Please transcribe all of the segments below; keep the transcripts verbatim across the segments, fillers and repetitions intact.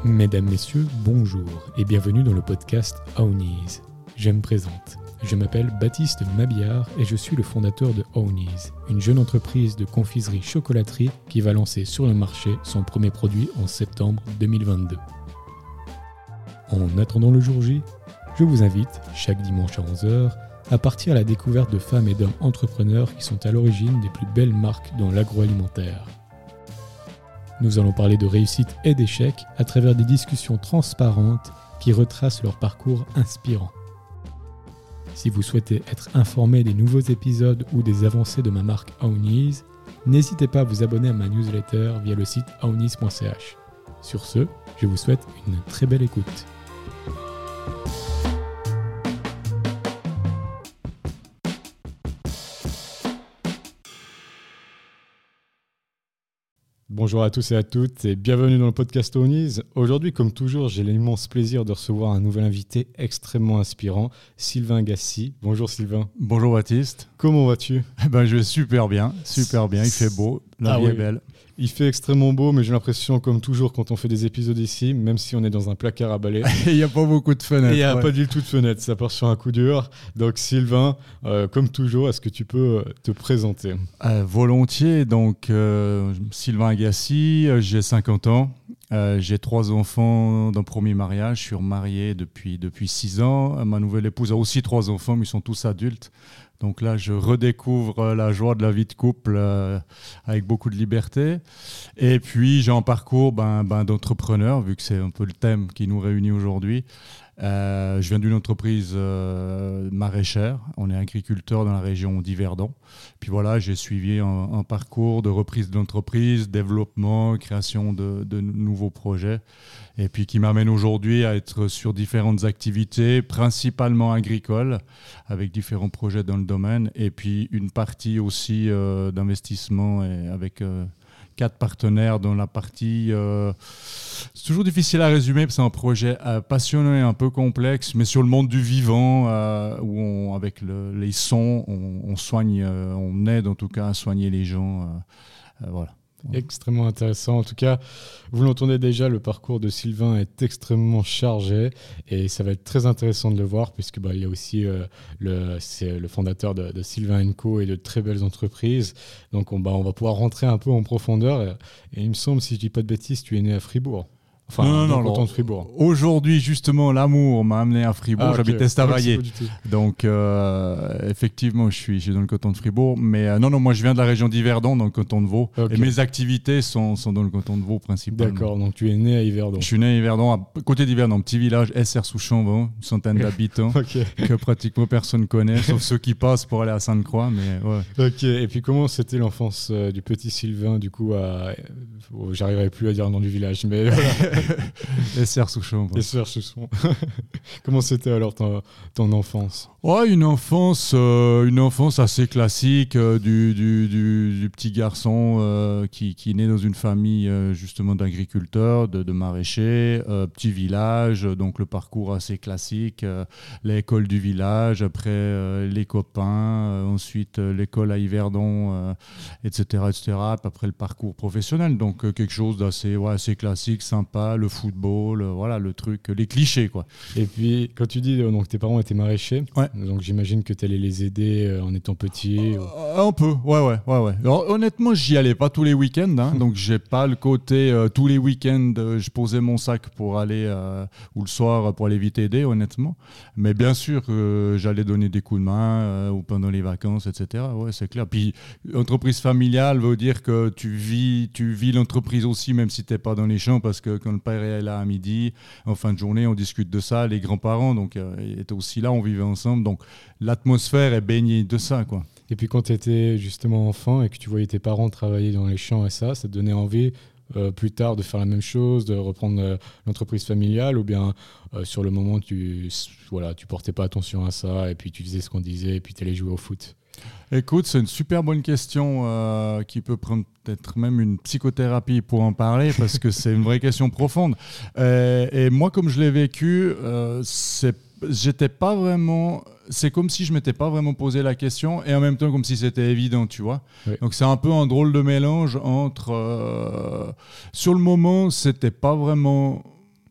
Mesdames, Messieurs, bonjour et bienvenue dans le podcast Ownies. Je me présente. Je m'appelle Baptiste Mabillard et je suis le fondateur de Ownies, une jeune entreprise de confiserie-chocolaterie qui va lancer sur le marché son premier produit en septembre deux mille vingt-deux. En attendant le jour J, je vous invite, chaque dimanche à onze heures, à partir à la découverte de femmes et d'hommes entrepreneurs qui sont à l'origine des plus belles marques dans l'agroalimentaire. Nous allons parler de réussite et d'échecs à travers des discussions transparentes qui retracent leur parcours inspirant. Si vous souhaitez être informé des nouveaux épisodes ou des avancées de ma marque Ownies, n'hésitez pas à vous abonner à ma newsletter via le site ownies point c h. Sur ce, je vous souhaite une très belle écoute. Bonjour à tous et à toutes et bienvenue dans le podcast Ownies. Aujourd'hui, comme toujours, j'ai l'immense plaisir de recevoir un nouvel invité extrêmement inspirant, Sylvain Gassi. Bonjour Sylvain. Bonjour Baptiste. Comment vas-tu ? Ben, je vais super bien, super bien, il fait beau, la ah vie oui. est belle. Il fait extrêmement beau, mais j'ai l'impression, comme toujours, quand on fait des épisodes ici, même si on est dans un placard à balai, Il n'y a pas beaucoup de fenêtres. il n'y a ouais. pas du tout de fenêtre, ça part sur un coup dur. Donc Sylvain, euh, comme toujours, est-ce que tu peux te présenter ? Euh, volontiers, donc euh, Sylvain Gassi, euh, j'ai cinquante ans, euh, j'ai trois enfants d'un premier mariage, je suis marié depuis, depuis six ans, Euh, ma nouvelle épouse a aussi trois enfants, mais ils sont tous adultes. Donc là, je redécouvre la joie de la vie de couple euh, avec beaucoup de liberté. Et puis, j'ai un parcours ben, ben, d'entrepreneur, vu que c'est un peu le thème qui nous réunit aujourd'hui. Euh, je viens d'une entreprise euh, maraîchère. On est agriculteur dans la région d'Yverdon. Puis voilà, j'ai suivi un, un parcours de reprise de l'entreprise, développement, création de, de nouveaux projets. Et puis qui m'amène aujourd'hui à être sur différentes activités, principalement agricoles, avec différents projets dans le domaine. Et puis une partie aussi euh, d'investissement et avec euh, quatre partenaires dans la partie... Euh, c'est toujours difficile à résumer, parce que c'est un projet euh, passionnant et un peu complexe, mais sur le monde du vivant, euh, où on, avec le, les sons, on, on soigne, euh, on aide en tout cas à soigner les gens. Euh, euh, voilà. Extrêmement intéressant. En tout cas, vous l'entendez déjà, le parcours de Sylvain est extrêmement chargé et ça va être très intéressant de le voir puisque bah, il y a aussi euh, le, c'est le fondateur de, de Sylvain and Co et de très belles entreprises. Donc on, bah, on va pouvoir rentrer un peu en profondeur et, et il me semble, si je dis pas de bêtises, tu es né à Fribourg. Enfin, non, non, dans non, le canton non. de Fribourg. Aujourd'hui, justement, l'amour m'a amené à Fribourg. Ah, okay. J'habitais Estavayer. Ouais, Donc, euh, effectivement, je suis, je suis dans le canton de Fribourg. Mais euh, non, non, moi, je viens de la région d'Yverdon, dans le canton de Vaud. Okay. Et mes activités sont, sont dans le canton de Vaud, principalement. D'accord, donc tu es né à Yverdon. Je suis né à Yverdon, à côté d'Yverdon, un petit village, S R sous Chambon, une centaine d'habitants, okay. que pratiquement personne ne connaît, sauf ceux qui passent pour aller à Sainte-Croix. Mais, ouais. Ok, et puis comment c'était l'enfance euh, du petit Sylvain, du coup, à... oh, j'arriverai plus à dire le nom du village, mais... S R Souchon. S R Souchon. Comment c'était alors ton, ton enfance ? Ouais, une enfance, euh, une enfance assez classique euh, du, du, du, du petit garçon euh, qui, qui est né dans une famille euh, justement d'agriculteurs, de, de maraîchers, euh, petit village, donc le parcours assez classique, euh, l'école du village, après euh, les copains, euh, ensuite euh, l'école à Yverdon, euh, et cetera, et cetera. Après le parcours professionnel, donc euh, quelque chose d'assez ouais, assez classique, sympa, le football, euh, voilà le truc, les clichés quoi. Et puis quand tu dis donc tes parents étaient maraîchers, ouais. Donc j'imagine que tu allais les aider euh, en étant petit. Euh, un peu, ouais, ouais, ouais, ouais. Alors honnêtement, j'y allais pas tous les week-ends, hein, donc j'ai pas le côté euh, tous les week-ends, euh, je posais mon sac pour aller euh, ou le soir pour aller vite aider, honnêtement. Mais bien sûr, euh, j'allais donner des coups de main euh, ou pendant les vacances, et cetera. Ouais, c'est clair. Puis entreprise familiale veut dire que tu vis, tu vis l'entreprise aussi, même si t'es pas dans les champs, parce que quand le père est là à midi, en fin de journée, on discute de ça, les grands-parents, donc euh, étaient aussi là, on vivait ensemble. Donc l'atmosphère est baignée de ça, quoi. Et puis quand tu étais justement enfant et que tu voyais tes parents travailler dans les champs et ça, ça te donnait envie euh, plus tard de faire la même chose, de reprendre euh, l'entreprise familiale, ou bien euh, sur le moment tu voilà, tu portais pas attention à ça et puis tu faisais ce qu'on disait et puis tu allais jouer au foot? Écoute, c'est une super bonne question euh, qui peut prendre peut-être même une psychothérapie pour en parler, parce que c'est une vraie question profonde. Euh, et moi, comme je l'ai vécu, euh, c'est, j'étais pas vraiment... C'est comme si je m'étais pas vraiment posé la question, et en même temps comme si c'était évident, tu vois. Oui. Donc c'est un peu un drôle de mélange entre... Euh, sur le moment, c'était pas vraiment...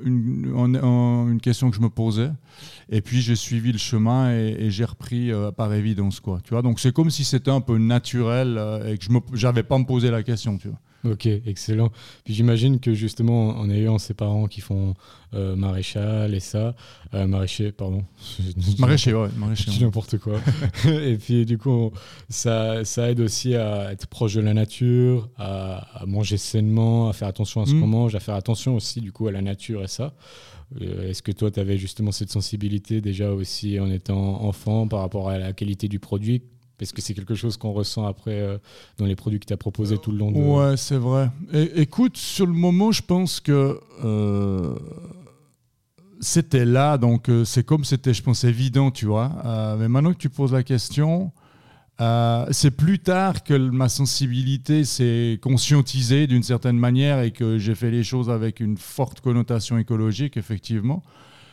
une, en, en, une question que je me posais. Et puis j'ai suivi le chemin et, et j'ai repris euh, par évidence, quoi. Tu vois, donc c'est comme si c'était un peu naturel euh, et que je n'avais pas à me poser la question, tu vois. Ok, excellent. Puis j'imagine que justement, en ayant ces parents qui font euh, maréchal et ça, euh, maraîcher, pardon. Maraîcher, ouais, maraîcher. Je dis n'importe quoi. Et puis du coup, on, ça, ça aide aussi à être proche de la nature, à, à manger sainement, à faire attention à ce mmh. qu'on mange, à faire attention aussi du coup à la nature et ça. Euh, est-ce que toi, tu avais justement cette sensibilité déjà aussi en étant enfant par rapport à la qualité du produit ? Est-ce que c'est quelque chose qu'on ressent après euh, dans les produits que tu as proposés tout le long de... Ouais, c'est vrai. Et, écoute, sur le moment, je pense que euh, c'était là, donc euh, c'est comme c'était, je pense, évident, tu vois. Euh, mais maintenant que tu poses la question, euh, c'est plus tard que ma sensibilité s'est conscientisée d'une certaine manière et que j'ai fait les choses avec une forte connotation écologique, effectivement.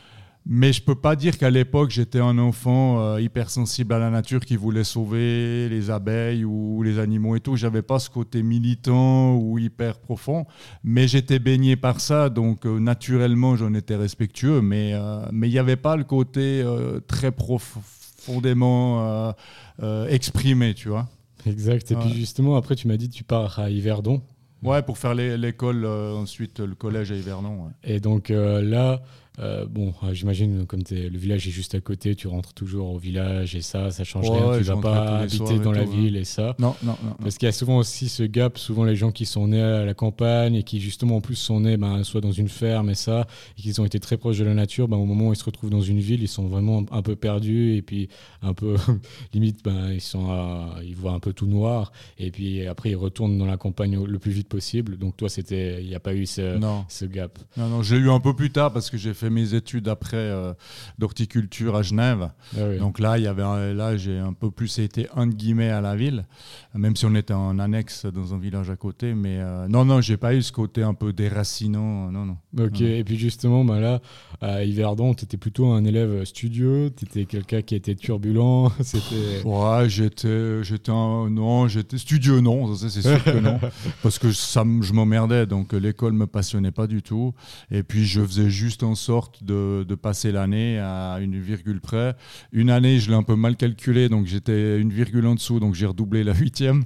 Mais je ne peux pas dire qu'à l'époque, j'étais un enfant euh, hypersensible à la nature qui voulait sauver les abeilles ou les animaux et tout. Je n'avais pas ce côté militant ou hyper profond, mais j'étais baigné par ça, donc euh, naturellement, j'en étais respectueux. Mais euh, mais il n'y avait pas le côté euh, très profondément euh, euh, exprimé, tu vois. Exact. Et ouais. Puis justement, après, tu m'as dit que tu pars à Yverdon. Ouais, pour faire les, l'école, euh, ensuite le collège à Yverdon. Ouais. Et donc euh, là... Euh, bon, j'imagine, comme le village est juste à côté, tu rentres toujours au village et ça, ça change ouais, rien. Tu ne vas pas habiter dans la tout, ville hein. et ça. Non, non, non. Parce qu'il y a souvent aussi ce gap, souvent les gens qui sont nés à la campagne et qui justement en plus sont nés ben, soit dans une ferme et ça, et qu'ils ont été très proches de la nature, ben, au moment où ils se retrouvent dans une ville, ils sont vraiment un peu perdus et puis un peu, limite, ben, ils, sont, euh, ils voient un peu tout noir et puis après ils retournent dans la campagne le plus vite possible. Donc toi, il n'y a pas eu ce, ce gap. Non, non, j'ai eu un peu plus tard parce que j'ai fait mes études après Euh, d'horticulture à Genève. Ah oui. Donc là, il y avait, là, j'ai un peu plus été entre guillemets à la ville, même si on était en annexe dans un village à côté. Mais euh, non, non, j'ai pas eu ce côté un peu déracinant. Non, non. Ok. Non. Et puis justement, bah là, à Yverdon, tu étais plutôt un élève studieux. Tu étais quelqu'un qui était turbulent. C'était. Ouais, j'étais, j'étais un, non, j'étais studieux, non. Ça, c'est sûr que non, parce que ça, je m'emmerdais. Donc l'école me passionnait pas du tout. Et puis je faisais juste en sorte de, de passer l'année à une virgule près. Une année, je l'ai un peu mal calculé, donc j'étais une virgule en dessous, donc j'ai redoublé la huitième.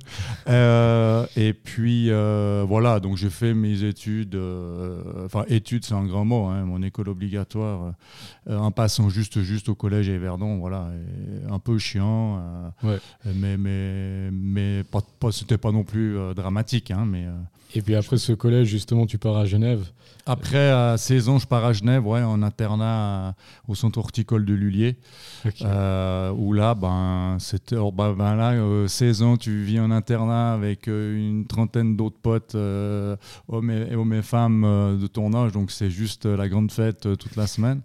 Euh, et puis euh, voilà, donc j'ai fait mes études, euh, enfin études c'est un grand mot, hein, mon école obligatoire, euh, en passant juste, juste au collège à Yverdon, voilà, et un peu chiant, euh, ouais. mais, mais, mais pas, pas, c'était pas non plus euh, dramatique. Hein, mais, euh, et puis après ce collège, justement, tu pars à Genève. Après, à seize ans, je pars à Genève, ouais, en internat à, au centre horticole de Lullier. Okay. Euh, où là, ben, c'était, oh, ben, ben là euh, seize ans, tu vis en internat avec euh, une trentaine d'autres potes, euh, hommes, et, hommes et femmes euh, de ton âge. Donc, c'est juste euh, la grande fête euh, toute la semaine.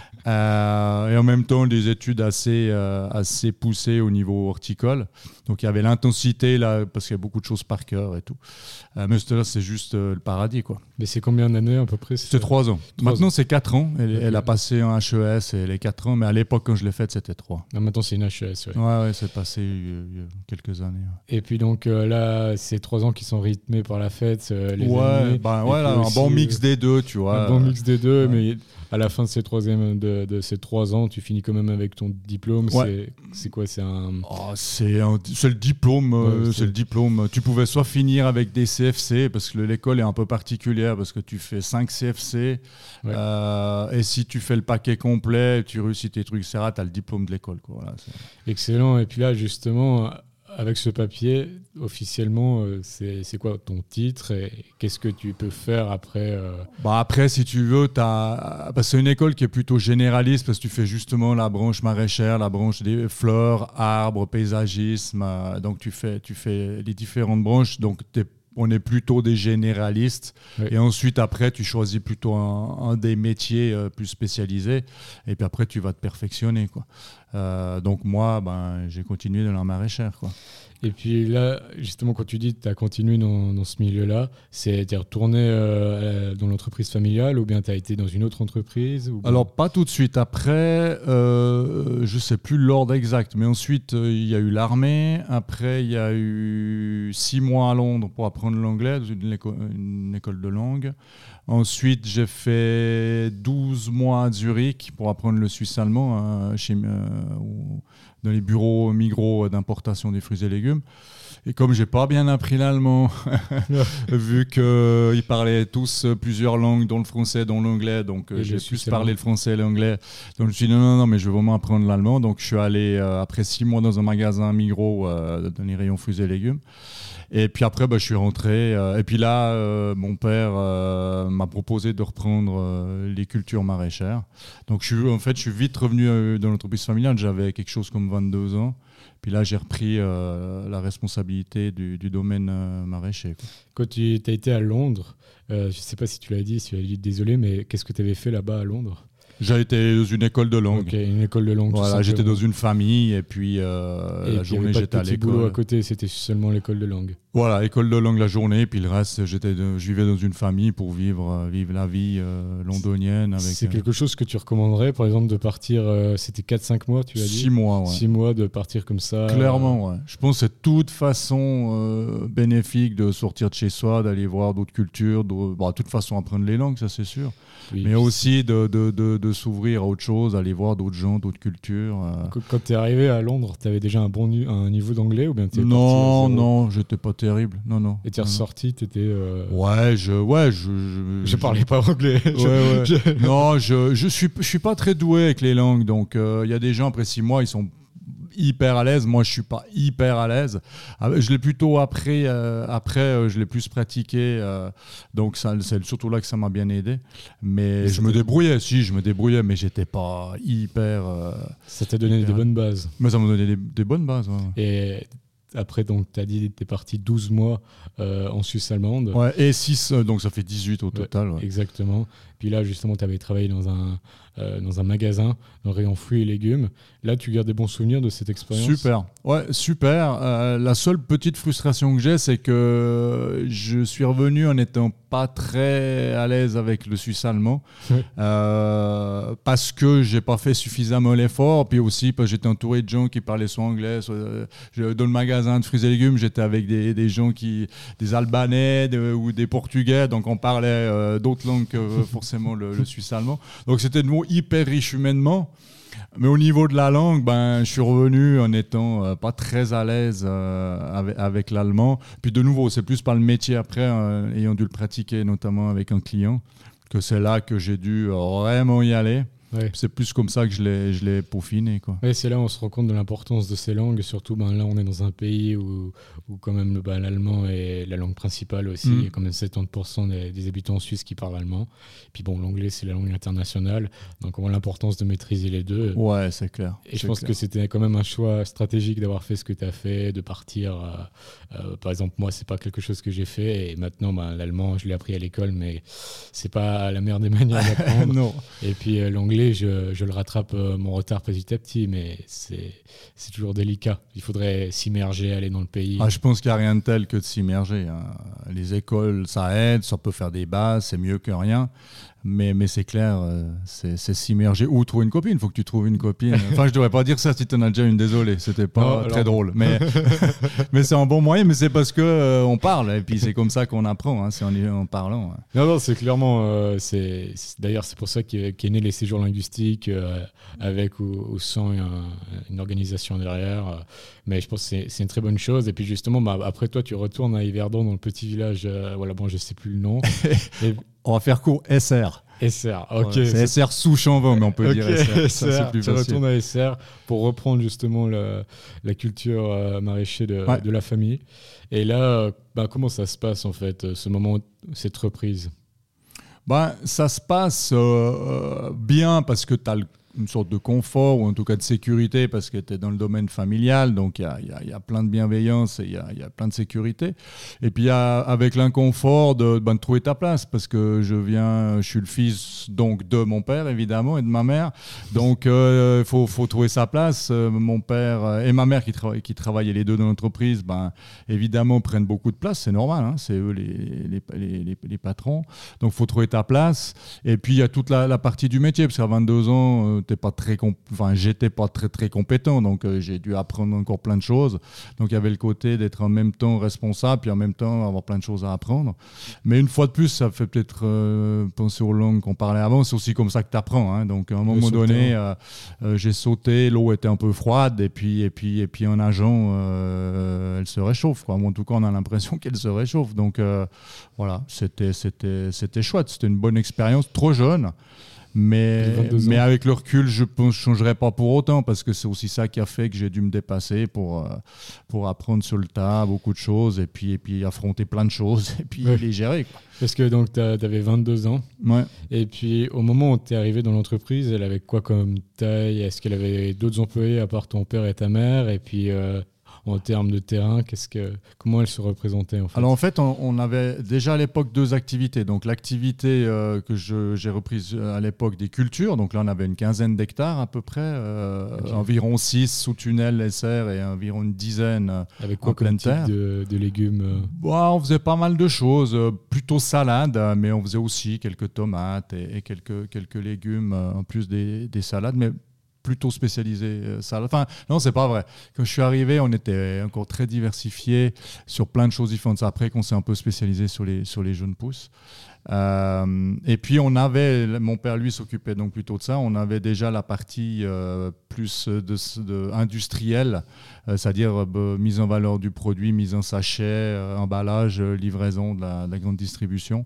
Euh, et en même temps, des études assez, euh, assez poussées au niveau horticole. Donc, il y avait l'intensité, là, parce qu'il y a beaucoup de choses par cœur et tout. Euh, mais là, c'est juste euh, le paradis, quoi. Mais c'est combien d'années à peu près? C'était trois ans. Maintenant, ans. C'est quatre ans. Elle, okay. elle a passé en H E S et les quatre ans, mais à l'époque, quand je l'ai faite, c'était trois. Non, maintenant, c'est une H E S, ouais. Ouais, ouais, c'est passé il y a quelques années. Ouais. Et puis, donc, euh, là, c'est trois ans qui sont rythmés par la fête, euh, les ouais, années. Bah, ouais, là, aussi, un bon mix des deux, tu vois. Un bon mix des deux, ouais. Mais à la fin de ces, troisième, de, de ces trois ans, tu finis quand même avec ton diplôme. Ouais. C'est, c'est quoi? C'est un... Oh, c'est, un, c'est le diplôme. Ouais, euh, c'est... c'est le diplôme. Tu pouvais soit finir avec des C F C, parce que l'école est un peu particulière, parce que tu fais cinq C F C, ouais. euh, et si tu fais le paquet complet, tu réussis tes trucs, et cetera, tu as le diplôme de l'école. Quoi. Voilà, c'est... Excellent. Et puis là, justement, avec ce papier, officiellement, c'est, c'est quoi ton titre et qu'est-ce que tu peux faire après euh... bah Après, si tu veux, t'as... Bah, c'est une école qui est plutôt généraliste parce que tu fais justement la branche maraîchère, la branche des fleurs, arbres, paysagisme. Euh, donc, tu fais, tu fais les différentes branches. Donc, t'es on est plutôt des généralistes. Oui. Et ensuite, après, tu choisis plutôt un, un des métiers euh, plus spécialisés. Et puis après, tu vas te perfectionner, quoi. Euh, donc moi, ben, j'ai continué dans la maraîchère, quoi. Et puis là, justement, quand tu dis que tu as continué dans, dans ce milieu-là, c'est tu es retourné euh, dans l'entreprise familiale ou bien tu as été dans une autre entreprise ou... Alors, pas tout de suite. Après, euh, je ne sais plus l'ordre exact, mais ensuite, il euh, y a eu l'armée. Après, il y a eu six mois à Londres pour apprendre apprendre l'anglais dans une, éco- une école de langue. Ensuite, j'ai fait douze mois à Zurich pour apprendre le suisse allemand hein, chez, euh, dans les bureaux Migros d'importation des fruits et légumes. Et comme j'ai pas bien appris l'allemand, vu qu'ils parlaient tous plusieurs langues, dont le français, dont l'anglais, donc euh, j'ai plus parlé le français et l'anglais. Donc je me suis dit non, non, non, mais je veux vraiment apprendre l'allemand. Donc je suis allé euh, après six mois dans un magasin Migros euh, dans les rayons fruits et légumes. Et puis après, bah, je suis rentré. Euh, et puis là, euh, mon père euh, m'a proposé de reprendre euh, les cultures maraîchères. Donc je suis, en fait, je suis vite revenu euh, dans l'entreprise familiale. J'avais quelque chose comme vingt-deux ans. Puis là, j'ai repris euh, la responsabilité du, du domaine euh, maraîcher. Quoi. Quand tu as été à Londres, euh, je ne sais pas si tu l'as dit, si tu l'as dit, désolé, mais qu'est-ce que tu avais fait là-bas à Londres ? J'ai été dans une école de langue. Ok, une école de langue. Voilà, j'étais dans une famille et puis euh, et la puis journée j'étais à l'école. Boulot à côté, c'était seulement l'école de langue. Voilà, école de langue la journée, et puis le reste, j'étais de, je vivais dans une famille pour vivre, euh, vivre la vie euh, londonienne. Avec, c'est quelque chose que tu recommanderais, par exemple, de partir, euh, c'était quatre cinq mois, tu as dit ? six mois, ouais. six mois de partir comme ça. Clairement, ouais. Je pense que c'est de toute façon euh, bénéfique de sortir de chez soi, d'aller voir d'autres cultures, de, bon, de toute façon apprendre les langues, ça c'est sûr. Oui, mais aussi de, de, de, de s'ouvrir à autre chose, aller voir d'autres gens, d'autres cultures. Euh. Quand tu es arrivé à Londres, tu avais déjà un bon nu- un niveau d'anglais ou bien t'es Non, non, j'étais pas terrible. Non, non. Et tu es ressorti, tu étais. Euh... Ouais, je. Ouais, je, je, je parlais je... pas anglais. Ouais, ouais. je... Non, je, je, suis, je suis pas très doué avec les langues. Donc, il euh, y a des gens après six mois, ils sont hyper à l'aise. Moi, je suis pas hyper à l'aise. Je l'ai plutôt appris euh, après, euh, je l'ai plus pratiqué. Euh, donc, ça, c'est surtout là que ça m'a bien aidé. Mais, mais je me débrouillais, si, je me débrouillais, mais j'étais pas hyper. Euh, ça t'a donné hyper... des bonnes bases. Mais ça m'a donné des, des bonnes bases. Ouais. Et après, donc, tu as dit que tu es parti douze mois euh, en Suisse allemande. Ouais, et six, donc ça fait dix-huit au total. Ouais, ouais. Exactement. Puis là, justement, tu avais travaillé dans un, euh, dans un magasin, dans le rayon fruits et légumes. Là, tu gardes des bons souvenirs de cette expérience ? Super. Ouais, super. Euh, la seule petite frustration que j'ai, c'est que je suis revenu en n'étant pas très à l'aise avec le suisse allemand. Ouais. Euh, parce que j'ai pas fait suffisamment l'effort. Puis aussi, parce que j'étais entouré de gens qui parlaient soit anglais, soit, euh, dans le magasin de fruits et légumes, j'étais avec des, des gens qui, des Albanais de, ou des Portugais. Donc, on parlait euh, d'autres langues que euh, forcément le, le suisse allemand. Donc, c'était de nouveau hyper riche humainement. Mais au niveau de la langue, ben, je suis revenu en étant euh, pas très à l'aise euh, avec, avec l'allemand. Puis de nouveau, c'est plus par le métier après, euh, ayant dû le pratiquer notamment avec un client, que c'est là que j'ai dû vraiment y aller. Ouais. C'est plus comme ça que je l'ai, je l'ai peaufiné, quoi. Ouais, c'est là où on se rend compte de l'importance de ces langues. Surtout, ben, là, on est dans un pays où, où quand même ben, l'allemand est la langue principale aussi. Mm. Il y a quand même soixante-dix pour cent des, des habitants suisses qui parlent allemand. Et puis bon, l'anglais, c'est la langue internationale. Donc on voit l'importance de maîtriser les deux. Ouais, c'est clair. Et c'est je pense clair. que c'était quand même un choix stratégique d'avoir fait ce que tu as fait, de partir. Euh, euh, par exemple, moi, c'est pas quelque chose que j'ai fait. Et maintenant, ben, l'allemand, je l'ai appris à l'école, mais c'est pas la meilleure des manières d'apprendre. Non. Et puis euh, l'anglais, Je, je le rattrape euh, mon retard petit à petit, mais c'est, c'est toujours délicat. Il faudrait s'immerger, aller dans le pays. Ah, je pense qu'il n'y a rien de tel que de s'immerger. Hein. Les écoles, ça aide, ça peut faire des bases, c'est mieux que rien. Mais, mais c'est clair, euh, c'est, c'est s'immerger. Ou trouver une copine, il faut que tu trouves une copine. Enfin, je ne devrais pas dire ça si tu en as déjà une, désolé, c'était pas non, très alors... drôle. Mais, mais c'est un bon moyen, mais c'est parce qu'on euh, parle, et puis c'est comme ça qu'on apprend, hein, c'est en, en parlant. Hein. Non, non, c'est clairement, euh, c'est, c'est, d'ailleurs c'est pour ça qu'est, qu'est né les séjours linguistiques, euh, avec ou, ou sans un, une organisation derrière. Euh, mais je pense que c'est, c'est une très bonne chose. Et puis justement, bah, après toi, tu retournes à Yverdon, dans le petit village, euh, voilà, bon, je ne sais plus le nom. et, On va faire court, S R. S R, ok. Ouais, c'est S R sous Chanvin, mais on peut okay, dire S R. S R. Ça, c'est plus tu facile. retournes à S R pour reprendre justement le, la culture euh, maraîchère de, ouais. de la famille. Et là, bah, comment ça se passe en fait, ce moment, cette reprise ? Ben, ça se passe euh, bien parce que tu as le une sorte de confort ou en tout cas de sécurité parce que tu es dans le domaine familial, donc il y, y, y a plein de bienveillance et il y a, y a plein de sécurité. Et puis y a, avec l'inconfort de, ben, de trouver ta place parce que je viens, je suis le fils donc de mon père évidemment et de ma mère, donc il euh, faut, faut trouver sa place. Euh, mon père et ma mère qui, tra- qui travaillaient les deux dans l'entreprise, ben, évidemment prennent beaucoup de place, c'est normal, hein, c'est eux les, les, les, les, les patrons, donc il faut trouver ta place. Et puis il y a toute la, la partie du métier parce qu'à vingt-deux ans, t'es pas très comp- enfin, j'étais pas très, très compétent, donc euh, j'ai dû apprendre encore plein de choses. Donc il y avait le côté d'être en même temps responsable, puis en même temps avoir plein de choses à apprendre. Mais une fois de plus, ça fait peut-être euh, penser aux langues qu'on parlait avant, c'est aussi comme ça que tu apprends. Hein. Donc à un moment donné, euh, euh, j'ai sauté, l'eau était un peu froide, et puis, et puis, et puis en nageant, euh, elle se réchauffe. Quoi. Moi, en tout cas, on a l'impression qu'elle se réchauffe. Donc euh, voilà, c'était, c'était, c'était chouette, c'était une bonne expérience, trop jeune. Mais, mais avec le recul, je ne changerai pas pour autant parce que c'est aussi ça qui a fait que j'ai dû me dépasser pour, euh, pour apprendre sur le tas beaucoup de choses et puis, et puis affronter plein de choses et puis ouais. les gérer. Quoi. Parce que donc tu avais vingt-deux ans ouais. et puis au moment où tu es arrivé dans l'entreprise, elle avait quoi comme taille? Est-ce qu'elle avait d'autres employés à part ton père et ta mère? Et puis euh, en termes de terrain, qu'est-ce que, comment elle se représentait en fait? Alors en fait, on, on avait déjà à l'époque deux activités. Donc l'activité euh, que je, j'ai reprise à l'époque des cultures, donc là on avait une quinzaine d'hectares à peu près, euh, okay. environ six sous tunnel S R et environ une dizaine avec quoi en pleine type terre. De, de légumes euh... bon, on faisait pas mal de choses, plutôt salade, mais on faisait aussi quelques tomates et, et quelques, quelques légumes en plus des, des salades. Mais plutôt spécialisé euh, ça. Enfin, non, c'est pas vrai. Quand je suis arrivé, on était encore très diversifié sur plein de choses différentes. C'est après qu'on s'est un peu spécialisé sur les, sur les jeunes pousses. Euh, et puis, on avait, mon père, lui, s'occupait donc plutôt de ça. On avait déjà la partie euh, plus de, de, industrielle, euh, c'est-à-dire euh, mise en valeur du produit, mise en sachet, euh, emballage, livraison de la, de la grande distribution.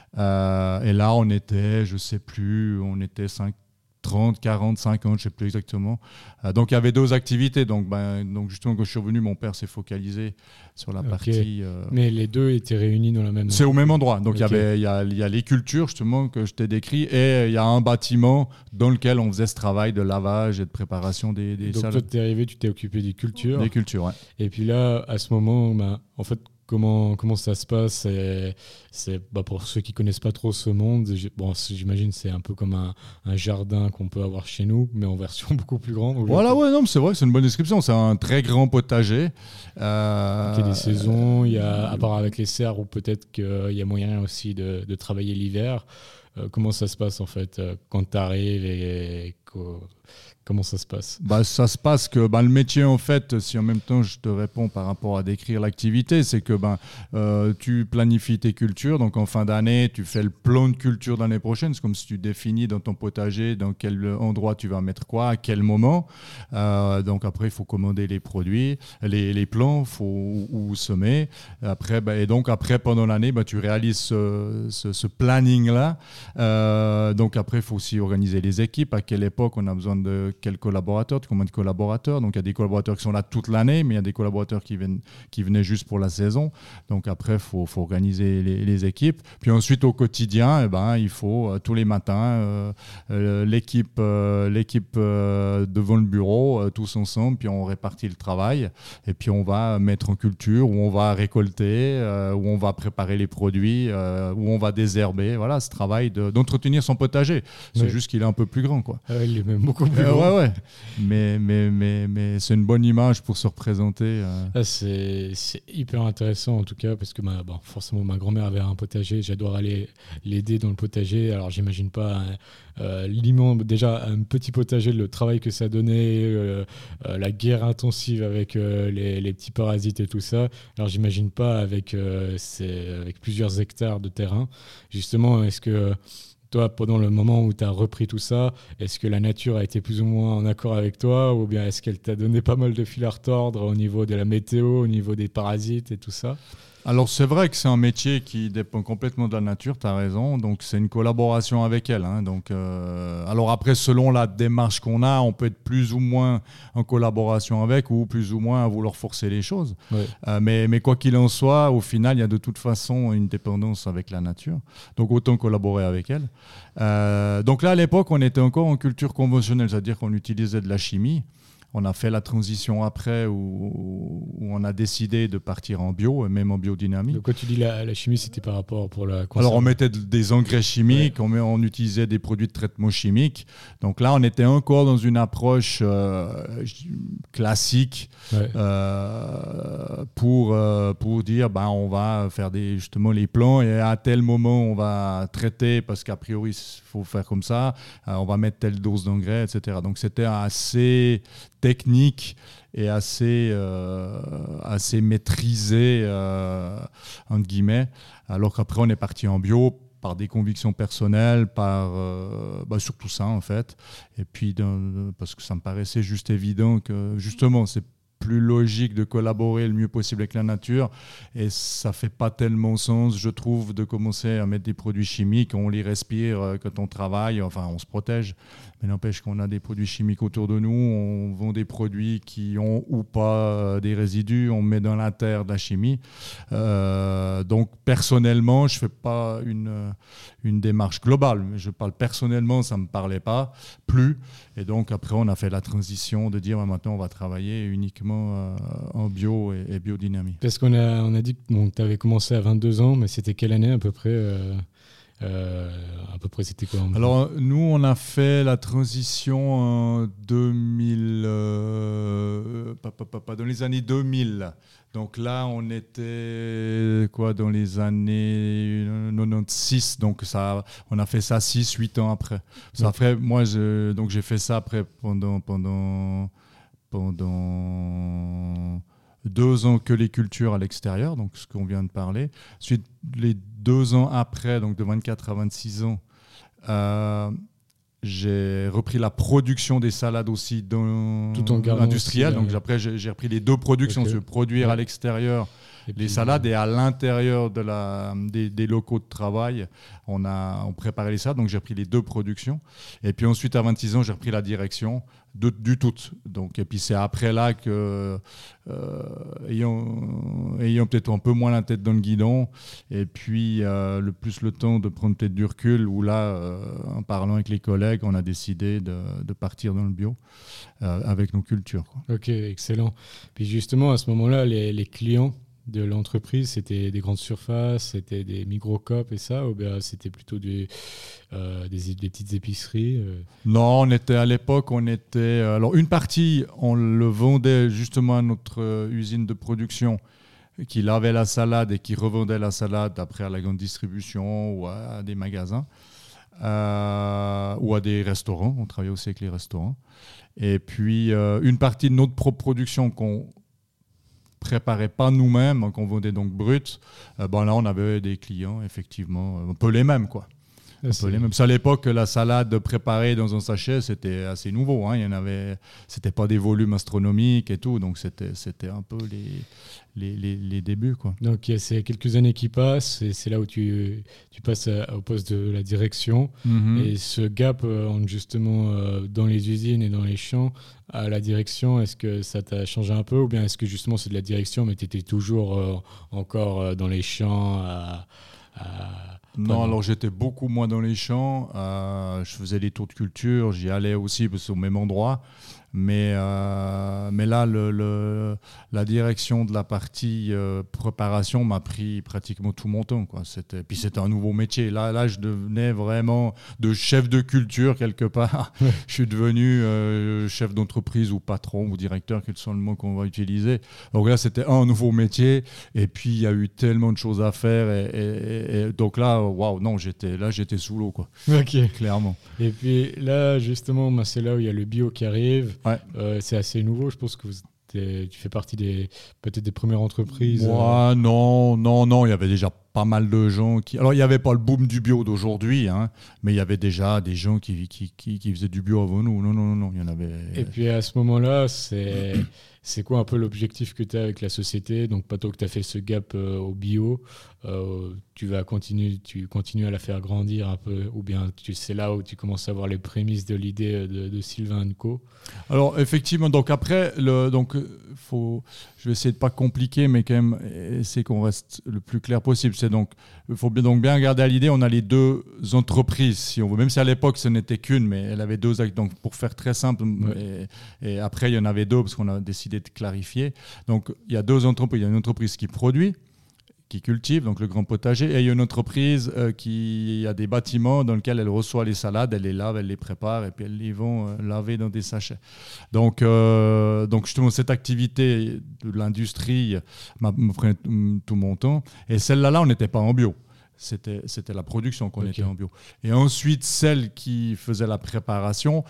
Euh, et là, on était, je sais plus, on était cinq trente, quarante, cinquante, je ne sais plus exactement. Euh, donc, il y avait deux activités. Donc, ben, donc, justement, quand je suis revenu, mon père s'est focalisé sur la okay. partie... Euh... Mais les deux étaient réunis dans la même... C'est au même endroit. Donc, okay. il y avait, il y a, il y a les cultures, justement, que je t'ai décrit, et il y a un bâtiment dans lequel on faisait ce travail de lavage et de préparation des, des donc, salades. Donc, toi, tu es arrivé, tu t'es occupé des cultures. Des cultures, oui. Et puis là, à ce moment, ben, en fait... Comment, comment ça se passe? C'est, c'est, bah pour ceux qui ne connaissent pas trop ce monde, bon, j'imagine que c'est un peu comme un, un jardin qu'on peut avoir chez nous, mais en version beaucoup plus grande. Voilà, ouais, non, c'est vrai, c'est une bonne description. C'est un très grand potager. Euh, il y a des saisons, il y a, à part avec les serres, ou peut-être qu'il y a moyen aussi de, de travailler l'hiver. Euh, comment ça se passe en fait quand tu arrives et, et qu'au, comment ça se passe? Bah, ça se passe que bah, le métier, en fait, si en même temps je te réponds par rapport à décrire l'activité, c'est que bah, euh, tu planifies tes cultures. Donc en fin d'année, tu fais le plan de culture de l'année prochaine. C'est comme si tu définis dans ton potager dans quel endroit tu vas mettre quoi, à quel moment. Euh, donc après, il faut commander les produits, les, les plants, il faut où semer. Après, bah, et donc après, pendant l'année, bah, tu réalises ce, ce, ce planning-là. Euh, donc après, il faut aussi organiser les équipes. À quelle époque on a besoin de quels collaborateurs, de combien de collaborateurs. Donc, il y a des collaborateurs qui sont là toute l'année, mais il y a des collaborateurs qui, viennent, qui venaient juste pour la saison. Donc, après, il faut, faut organiser les, les équipes. Puis ensuite, au quotidien, eh ben, il faut euh, tous les matins, euh, euh, l'équipe, euh, l'équipe euh, devant le bureau, euh, tous ensemble, puis on répartit le travail. Et puis, on va mettre en culture, où on va récolter, euh, où on va préparer les produits, euh, où on va désherber. Voilà, ce travail de, d'entretenir son potager. C'est oui. juste qu'il est un peu plus grand, quoi. Ah, il est même beaucoup plus euh, grand. Ouais, ouais. Mais, mais, mais, mais c'est une bonne image pour se représenter. Euh. Ah, c'est, c'est hyper intéressant en tout cas parce que ma, bon, forcément ma grand-mère avait un potager, j'adore aller l'aider dans le potager. Alors j'imagine pas euh, l'immense, déjà un petit potager, le travail que ça donnait, euh, euh, la guerre intensive avec euh, les, les petits parasites et tout ça. Alors j'imagine pas avec, euh, ces, avec plusieurs hectares de terrain. Justement, est-ce que toi, pendant le moment où tu as repris tout ça, est-ce que la nature a été plus ou moins en accord avec toi ou bien est-ce qu'elle t'a donné pas mal de fil à retordre au niveau de la météo, au niveau des parasites et tout ça? Alors c'est vrai que c'est un métier qui dépend complètement de la nature, tu as raison, donc c'est une collaboration avec elle. Hein, donc, euh, alors après, selon la démarche qu'on a, on peut être plus ou moins en collaboration avec ou plus ou moins à vouloir forcer les choses. Ouais. Euh, mais, mais quoi qu'il en soit, au final, il y a de toute façon une dépendance avec la nature, donc autant collaborer avec elle. Euh, donc là, à l'époque, on était encore en culture conventionnelle, c'est-à-dire qu'on utilisait de la chimie. On a fait la transition après où, où on a décidé de partir en bio, et même en biodynamie. Donc quand tu dis la, la chimie, c'était par rapport pour la conserve. Alors on mettait des engrais chimiques, ouais. on, met, on utilisait des produits de traitement chimique. Donc là, on était encore dans une approche euh, classique ouais. euh, pour, euh, pour dire ben, on va faire des, justement les plans et à tel moment on va traiter parce qu'a priori il faut faire comme ça, euh, on va mettre telle dose d'engrais, et cetera. Donc c'était assez technique et assez, euh, assez maîtrisé, euh, entre guillemets, alors qu'après on est parti en bio par des convictions personnelles, par euh, bah surtout ça en fait, et puis dans, parce que ça me paraissait juste évident que justement c'est plus logique de collaborer le mieux possible avec la nature et ça fait pas tellement sens, je trouve, de commencer à mettre des produits chimiques, on les respire quand on travaille, enfin on se protège, mais n'empêche qu'on a des produits chimiques autour de nous, on vend des produits qui ont ou pas des résidus, on met dans la terre de la chimie. Euh, donc personnellement, je fais pas une, une démarche globale, mais je parle personnellement, ça me parlait pas plus, et donc après on a fait la transition de dire ouais, maintenant on va travailler uniquement en bio et, et biodynamie. Parce qu'on a, on a dit que bon, tu avais commencé à vingt-deux ans, mais c'était quelle année à peu près euh, euh, à peu près c'était quoi? Alors nous on a fait la transition en deux mille, euh, pas, pas, pas, pas, dans les années deux mille. Donc là on était quoi dans les années quatre-vingt-seize, donc ça, on a fait ça six huit ans après. Ça, ouais. Après moi je, donc j'ai fait ça après pendant pendant pendant deux ans que les cultures à l'extérieur, donc ce qu'on vient de parler. Ensuite, les deux ans après, donc de vingt-quatre à vingt-six ans, euh, j'ai repris la production des salades aussi dans l'industriel. Donc après, j'ai, j'ai repris les deux productions, okay. produire ouais. à l'extérieur et les puis, salades et à l'intérieur de la, des, des locaux de travail, on a on préparait les salades. Donc j'ai repris les deux productions. Et puis ensuite, à vingt-six ans, j'ai repris la direction de, du tout. Donc, et puis c'est après là que, euh, ayant, ayant peut-être un peu moins la tête dans le guidon, et puis euh, le plus le temps de prendre peut-être du recul, où là, euh, en parlant avec les collègues, on a décidé de, de partir dans le bio euh, avec nos cultures, quoi. Ok, excellent. Puis justement, à ce moment-là, les, les clients de l'entreprise, c'était des grandes surfaces, c'était des micro-coop et ça, ou bien c'était plutôt des, euh, des, des petites épiceries euh... Non, on était à l'époque, on était... Alors une partie, on le vendait justement à notre euh, usine de production qui lavait la salade et qui revendait la salade après à la grande distribution ou à, à des magasins euh, ou à des restaurants. On travaillait aussi avec les restaurants. Et puis euh, une partie de notre propre production qu'on préparait pas nous-mêmes, qu'on vendait donc brut, euh, bon là on avait des clients effectivement un peu les mêmes quoi. Un peu les mêmes. À l'époque, la salade préparée dans un sachet, c'était assez nouveau, hein. Il y en avait, c'était pas des volumes astronomiques et tout, donc c'était c'était un peu les les, les, les débuts quoi. Donc c'est quelques années qui passent et c'est là où tu tu passes à, au poste de la direction mm-hmm. et ce gap entre justement euh, dans les usines et dans les champs à la direction, est-ce que ça t'a changé un peu ou bien est-ce que justement c'est de la direction mais tu étais toujours euh, encore euh, dans les champs à, à... Non, alors j'étais beaucoup moins dans les champs, euh, je faisais des tours de culture, j'y allais aussi parce que c'est au même endroit, mais, euh, mais là le, le, la direction de la partie euh, préparation m'a pris pratiquement tout mon temps, quoi. C'était, puis c'était un nouveau métier, là, là je devenais vraiment de chef de culture quelque part, je suis devenu euh, chef d'entreprise ou patron ou directeur, quels sont les mots qu'on va utiliser. Donc là c'était un nouveau métier et puis il y a eu tellement de choses à faire et, et, et donc là waouh, non, j'étais là, j'étais sous l'eau, quoi. Ok. Clairement. Et puis là, justement, bah, c'est là où il y a le bio qui arrive. Ouais. Euh, c'est assez nouveau. Je pense que vous, tu fais partie des peut-être des premières entreprises. Ouais, euh... non, non, non. Il y avait déjà pas mal de gens qui. Alors, il n'y avait pas le boom du bio d'aujourd'hui, hein, mais il y avait déjà des gens qui, qui, qui, qui faisaient du bio avant nous. Non, non, non, non. Il y en avait. Et puis à ce moment-là, c'est. C'est quoi un peu l'objectif que tu as avec la société? Donc, pas tant que tu as fait ce gap euh, au bio, euh, tu vas continuer, tu continues à la faire grandir un peu, ou bien tu, c'est là où tu commences à voir les prémices de l'idée de, de Sylvain and Co. Alors, effectivement, donc après, le, donc, faut, je vais essayer de ne pas compliquer, mais quand même essayer qu'on reste le plus clair possible. C'est donc, il faut bien, donc bien garder à l'idée, on a les deux entreprises, si on veut. Même si à l'époque, ce n'était qu'une, mais elle avait deux. Donc, pour faire très simple, ouais. et, et après, il y en avait deux parce qu'on a décidé de clarifier. Donc, il y a deux entreprises. Il y a une entreprise qui produit, qui cultive, donc le grand potager, et il y a une entreprise euh, qui a des bâtiments dans lesquels elle reçoit les salades, elle les lave, elle les prépare, et puis elle les vend euh, laver dans des sachets. Donc, euh, donc justement, cette activité de l'industrie me prenait tout mon temps, et celle-là, là, on n'était pas en bio. C'était, c'était la production qu'on okay. était en bio. Et ensuite, celle qui faisait la préparation,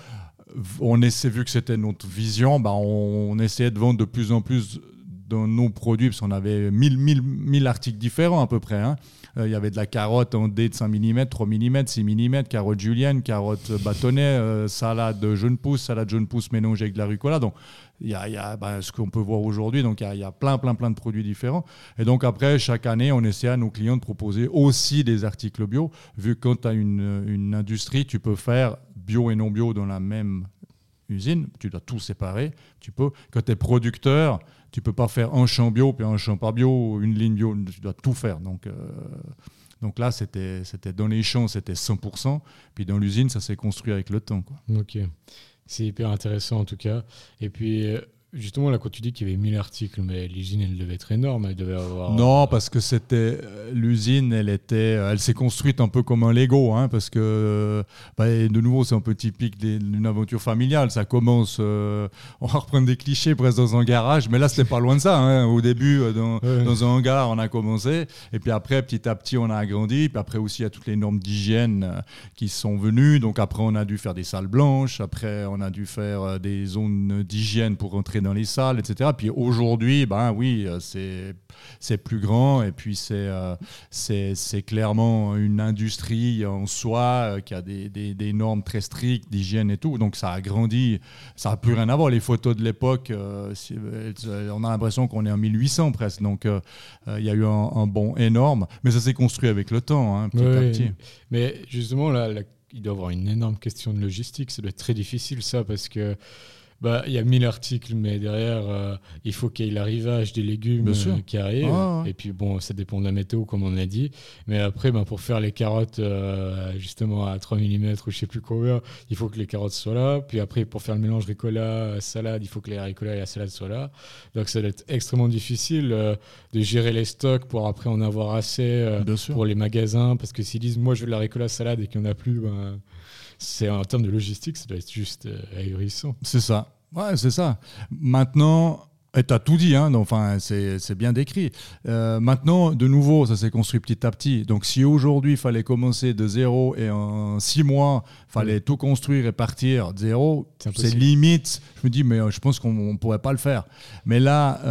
on essaie, vu que c'était notre vision, bah on, on essayait de vendre de plus en plus dans nos produits, parce qu'on avait mille articles différents à peu près. Hein. Euh, il y avait de la carotte en dés de cinq millimètres, trois millimètres, six millimètres, carotte julienne, carotte bâtonnet, euh, salade jaune pousse, salade jaune pousse mélangée avec de la rucola. Donc, il y a, il y a bah, ce qu'on peut voir aujourd'hui. Donc, il y, a, il y a plein, plein, plein de produits différents. Et donc, après, chaque année, on essaie à nos clients de proposer aussi des articles bio, vu que quand tu as une, une industrie, tu peux faire bio et non bio dans la même usine. Tu dois tout séparer. Tu peux. Quand tu es producteur, tu ne peux pas faire un champ bio, puis un champ pas bio, une ligne bio. Tu dois tout faire. Donc, euh, donc là, c'était, c'était dans les champs, c'était cent pour cent. Puis dans l'usine, ça s'est construit avec le temps, quoi. Ok. C'est hyper intéressant en tout cas. Et puis, justement, là, quand tu dis qu'il y avait mille articles, mais l'usine, elle devait être énorme. Elle devait avoir... Non, parce que c'était l'usine, elle était, elle s'est construite un peu comme un Lego, hein, parce que bah, de nouveau, c'est un peu typique d'une aventure familiale. Ça commence, euh, on va reprendre des clichés presque dans un garage, mais là, c'était pas loin de ça. Hein. Au début, dans, ouais. dans un hangar, on a commencé, et puis après, petit à petit, on a agrandi. Puis après aussi, il y a toutes les normes d'hygiène qui sont venues. Donc après, on a dû faire des salles blanches. Après, on a dû faire des zones d'hygiène pour rentrer dans les salles, et cetera. Puis aujourd'hui, ben oui, c'est, c'est plus grand et puis c'est, euh, c'est, c'est clairement une industrie en soi euh, qui a des, des, des normes très strictes d'hygiène et tout. Donc ça a grandi, ça n'a plus rien à voir. Les photos de l'époque, euh, on a l'impression qu'on est en mille huit cents presque. Donc il euh, y a eu un, un bond énorme, mais ça s'est construit avec le temps, hein, petit ouais, à petit. Mais justement, là, là, il doit y avoir une énorme question de logistique. Ça doit être très difficile ça parce que bah, il y a mille articles, mais derrière, euh, il faut qu'il y ait l'arrivage des légumes euh, qui arrivent. Ah, ouais. Et puis, bon, ça dépend de la météo, comme on a dit. Mais après, bah, pour faire les carottes, euh, justement, à trois millimètres ou je ne sais plus combien, il faut que les carottes soient là. Puis après, pour faire le mélange ricola-salade, il faut que les haricots et la salade soient là. Donc, ça doit être extrêmement difficile euh, de gérer les stocks pour après en avoir assez euh, pour les magasins. Parce que s'ils disent, moi, je veux de la ricola-salade et qu'il n'y en a plus, ben... c'est en termes de logistique, ça doit être juste euh, ahurissant. C'est ça. Ouais, c'est ça. Maintenant, et tu as tout dit, hein, donc, enfin, c'est, c'est bien décrit. Euh, maintenant, de nouveau, ça s'est construit petit à petit. Donc, si aujourd'hui, il fallait commencer de zéro et en six mois, il fallait oui. tout construire et partir de zéro, c'est, c'est limite. Je me dis, mais je pense qu'on ne pourrait pas le faire. Mais là,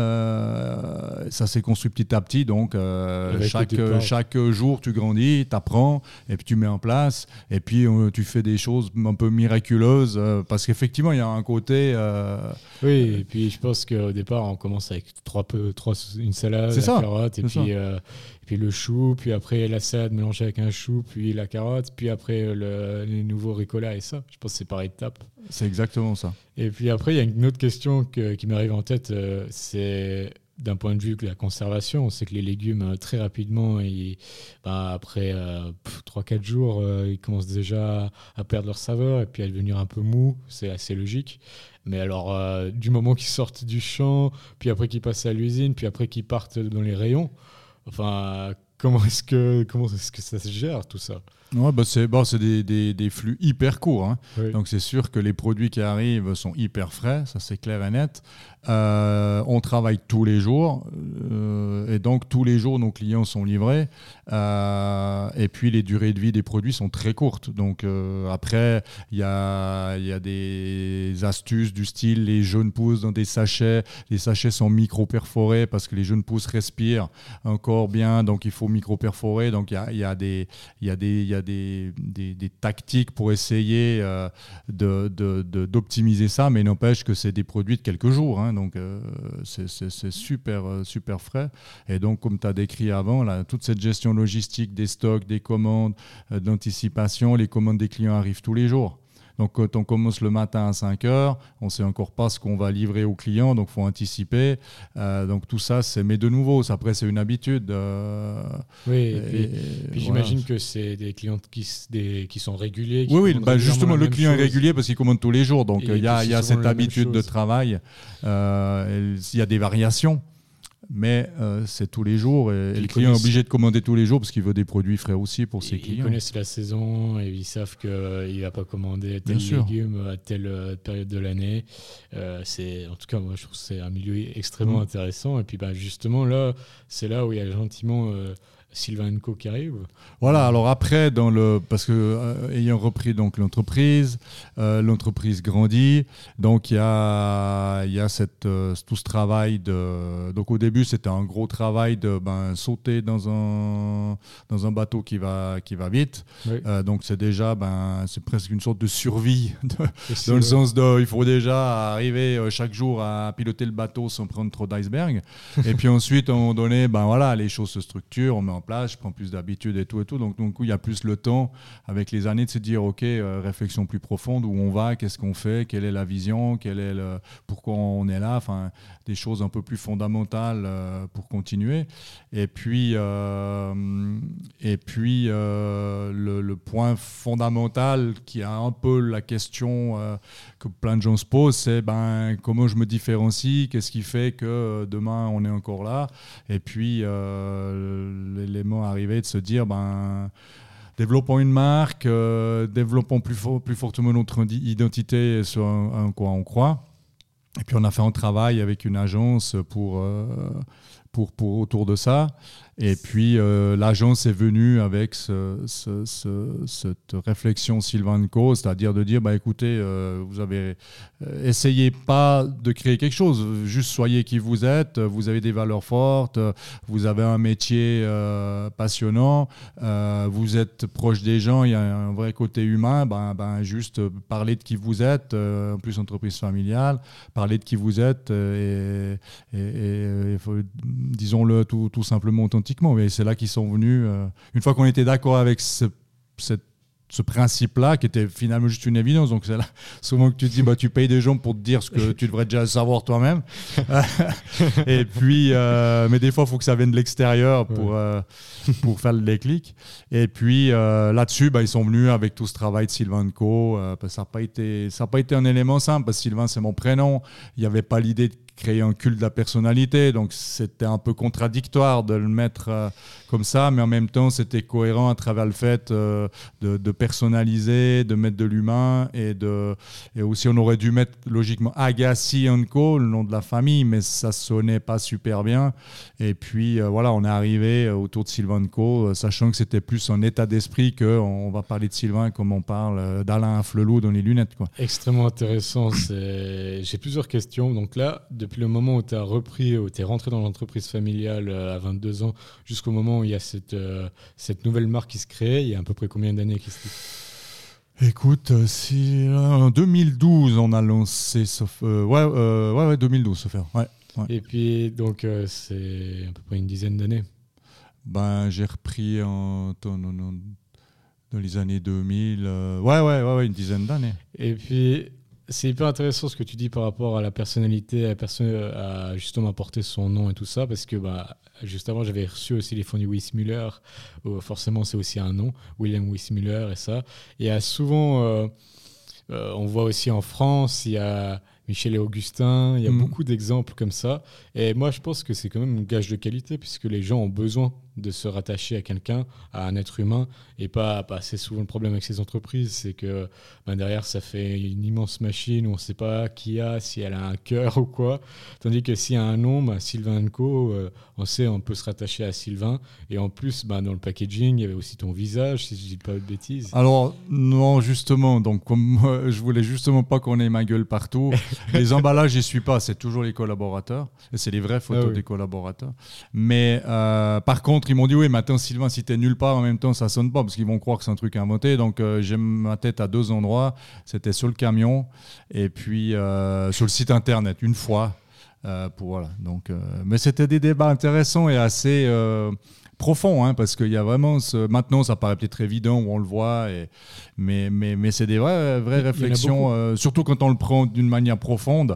euh, ça s'est construit petit à petit. Donc, euh, chaque, chaque jour, tu grandis, tu apprends, et puis tu mets en place. Et puis, euh, tu fais des choses un peu miraculeuses. Euh, parce qu'effectivement, il y a un côté... Euh, oui, et puis je pense qu'au départ, on commence avec trois peu, trois, une salade, c'est la ça, carotte, et puis, euh, et puis le chou, puis après la salade mélangée avec un chou, puis la carotte, puis après le, les nouveaux ricola et ça. Je pense que c'est par étapes. C'est exactement ça. Et puis après, il y a une autre question que, qui m'arrive en tête, euh, c'est d'un point de vue de la conservation. On sait que les légumes, euh, très rapidement, ils, bah, après euh, trois quatre jours, euh, ils commencent déjà à perdre leur saveur et puis à devenir un peu mou. C'est assez logique. Mais alors, euh, du moment qu'ils sortent du champ, puis après qu'ils passent à l'usine, puis après qu'ils partent dans les rayons, enfin, comment est-ce que, comment est-ce que ça se gère, tout ça ? Ouais, bah c'est, bah c'est des, des, des flux hyper courts. Hein. Oui. Donc, c'est sûr que les produits qui arrivent sont hyper frais, ça c'est clair et net. Euh, on travaille tous les jours euh, et donc tous les jours nos clients sont livrés euh, et puis les durées de vie des produits sont très courtes. Donc euh, après il y a, y a des astuces du style les jeunes pousses dans des sachets. Les sachets sont micro-perforés parce que les jeunes pousses respirent encore bien, donc il faut micro-perforer. Donc il y a, y a des, y a des, y a des, des, des tactiques pour essayer euh, de, de, de, d'optimiser ça, mais il n'empêche que c'est des produits de quelques jours. Hein. Donc euh, c'est, c'est, c'est super, euh, super frais. Et donc, comme tu as décrit avant, là, toute cette gestion logistique des stocks, des commandes, euh, d'anticipation, les commandes des clients arrivent tous les jours. Donc quand on commence le matin à cinq heures, on ne sait encore pas ce qu'on va livrer aux clients, donc il faut anticiper. Euh, donc tout ça, c'est, mais de nouveau, ça, après c'est une habitude. Euh, oui, et, et puis, et, puis voilà. j'imagine que c'est des clients qui, des, qui sont réguliers. Qui oui, oui bah justement, le client chose. est régulier parce qu'il commande tous les jours, donc il y a, y a cette habitude de travail. Euh, il y a des variations. Mais euh, c'est tous les jours et, et le client est obligé de commander tous les jours parce qu'il veut des produits frais aussi pour ses ils clients. Ils connaissent la saison et ils savent qu'il ne va pas commander tel légume à telle période de l'année. Euh, c'est, en tout cas, moi, je trouve que c'est un milieu extrêmement mmh. intéressant. Et puis, bah, justement, là, c'est là où il y a gentiment euh, Sylvain and Co qui arrive. Voilà, alors après, dans le, parce que euh, ayant repris donc, l'entreprise, euh, l'entreprise grandit, donc il y a, y a cette, euh, tout ce travail de... Donc au début, c'était un gros travail de ben, sauter dans un, dans un bateau qui va, qui va vite. Oui. Euh, donc c'est déjà, ben, c'est presque une sorte de survie, de, dans le sens de, il faut déjà arriver euh, chaque jour à piloter le bateau sans prendre trop d'iceberg. Et puis ensuite, à un moment donné, ben, voilà, les choses se structurent, on met en place, je prends plus d'habitude et tout et tout. Donc, donc il y a plus le temps avec les années de se dire, ok, euh, réflexion plus profonde, où on va, qu'est-ce qu'on fait, quelle est la vision, quel est le, pourquoi on est là, enfin des choses un peu plus fondamentales euh, pour continuer. Et puis, euh, et puis euh, le, le point fondamental qui a un peu la question euh, que plein de gens se posent, c'est ben, comment je me différencie, qu'est-ce qui fait que demain on est encore là. Et puis euh, l'élément arrivé de se dire ben, développons une marque, euh, développons plus, fo- plus fortement notre identité sur un, un quoi on croit. Et puis on a fait un travail avec une agence pour, euh, pour, pour autour de ça. Et puis euh, l'agence est venue avec ce, ce, ce, cette réflexion Sylvain and Co, c'est-à-dire de dire bah, écoutez, euh, vous avez euh, essayez pas de créer quelque chose, juste soyez qui vous êtes, vous avez des valeurs fortes, vous avez un métier euh, passionnant, euh, vous êtes proche des gens, il y a un vrai côté humain, ben, ben, juste parler de qui vous êtes, euh, en plus entreprise familiale, parler de qui vous êtes euh, et, et, et, et faut, disons-le tout, tout simplement authentique. Mais c'est là qu'ils sont venus. Euh, une fois qu'on était d'accord avec ce, cette, ce principe-là, qui était finalement juste une évidence, donc c'est là souvent que tu te dis, bah, tu payes des gens pour te dire ce que tu devrais déjà savoir toi-même. Et puis, euh, mais des fois, il faut que ça vienne de l'extérieur pour, euh, pour faire le déclic. Et puis euh, là-dessus, bah, ils sont venus avec tout ce travail de Sylvain and Co. Euh, ça n'a pas été, ça n'a pas été un élément simple, parce que Sylvain, c'est mon prénom. Il n'y avait pas l'idée de créer un culte de la personnalité, donc c'était un peu contradictoire de le mettre euh, comme ça, mais en même temps c'était cohérent à travers le fait euh, de, de personnaliser, de mettre de l'humain, et, de, et aussi on aurait dû mettre logiquement Agassi and Co, le nom de la famille, mais ça sonnait pas super bien. Et puis euh, voilà, on est arrivé autour de Sylvain and Co, euh, sachant que c'était plus un état d'esprit qu'on va parler de Sylvain comme on parle euh, d'Alain Flelot dans les lunettes, quoi. Extrêmement intéressant. C'est... J'ai plusieurs questions. Donc là, de Depuis le moment où tu as repris, où tu es rentré dans l'entreprise familiale à vingt-deux ans, jusqu'au moment où il y a cette, euh, cette nouvelle marque qui se crée, il y a à peu près combien d'années qui se fait ? Écoute, si, en deux mille douze, on a lancé... Sauf, euh, ouais, euh, ouais, ouais, deux mille douze, se faire. Ouais, ouais. Et puis, donc, euh, c'est à peu près une dizaine d'années. Ben, j'ai repris en, en, en, dans les années deux mille. Euh, ouais, ouais, ouais, ouais, une dizaine d'années. Et puis... C'est hyper intéressant ce que tu dis par rapport à la personnalité, à, perso- à justement apporter son nom et tout ça, parce que bah, juste avant, j'avais reçu aussi les fonds du Weissmuller, où forcément c'est aussi un nom, William Weissmuller et ça. Il y a souvent, euh, euh, on voit aussi en France, il y a Michel et Augustin, il y a mmh. beaucoup d'exemples comme ça. Et moi, je pense que c'est quand même un gage de qualité, puisque les gens ont besoin de se rattacher à quelqu'un, à un être humain, et pas, pas c'est souvent le problème avec ces entreprises, c'est que ben derrière ça fait une immense machine où on ne sait pas qui a, si elle a un cœur ou quoi, tandis que s'il y a un nom, ben Sylvain and Co, euh, on sait, on peut se rattacher à Sylvain, et en plus ben dans le packaging il y avait aussi ton visage, si je dis pas de bêtises. Alors non, justement, donc comme moi, je voulais justement pas qu'on ait ma gueule partout, les emballages j'y suis pas, c'est toujours les collaborateurs, et c'est les vraies photos ah oui. des collaborateurs, mais euh, par contre ils m'ont dit oui, maintenant Sylvain, si t'es nulle part en même temps, ça sonne pas parce qu'ils vont croire que c'est un truc inventé. Donc euh, j'ai ma tête à deux endroits. C'était sur le camion et puis euh, sur le site internet une fois. Euh, pour, voilà. Donc, euh, mais c'était des débats intéressants et assez euh, profonds, hein, parce qu'il y a vraiment ce... Maintenant, ça paraît peut-être évident où on le voit, et... mais, mais, mais c'est des vraies, vraies réflexions, euh, surtout quand on le prend d'une manière profonde.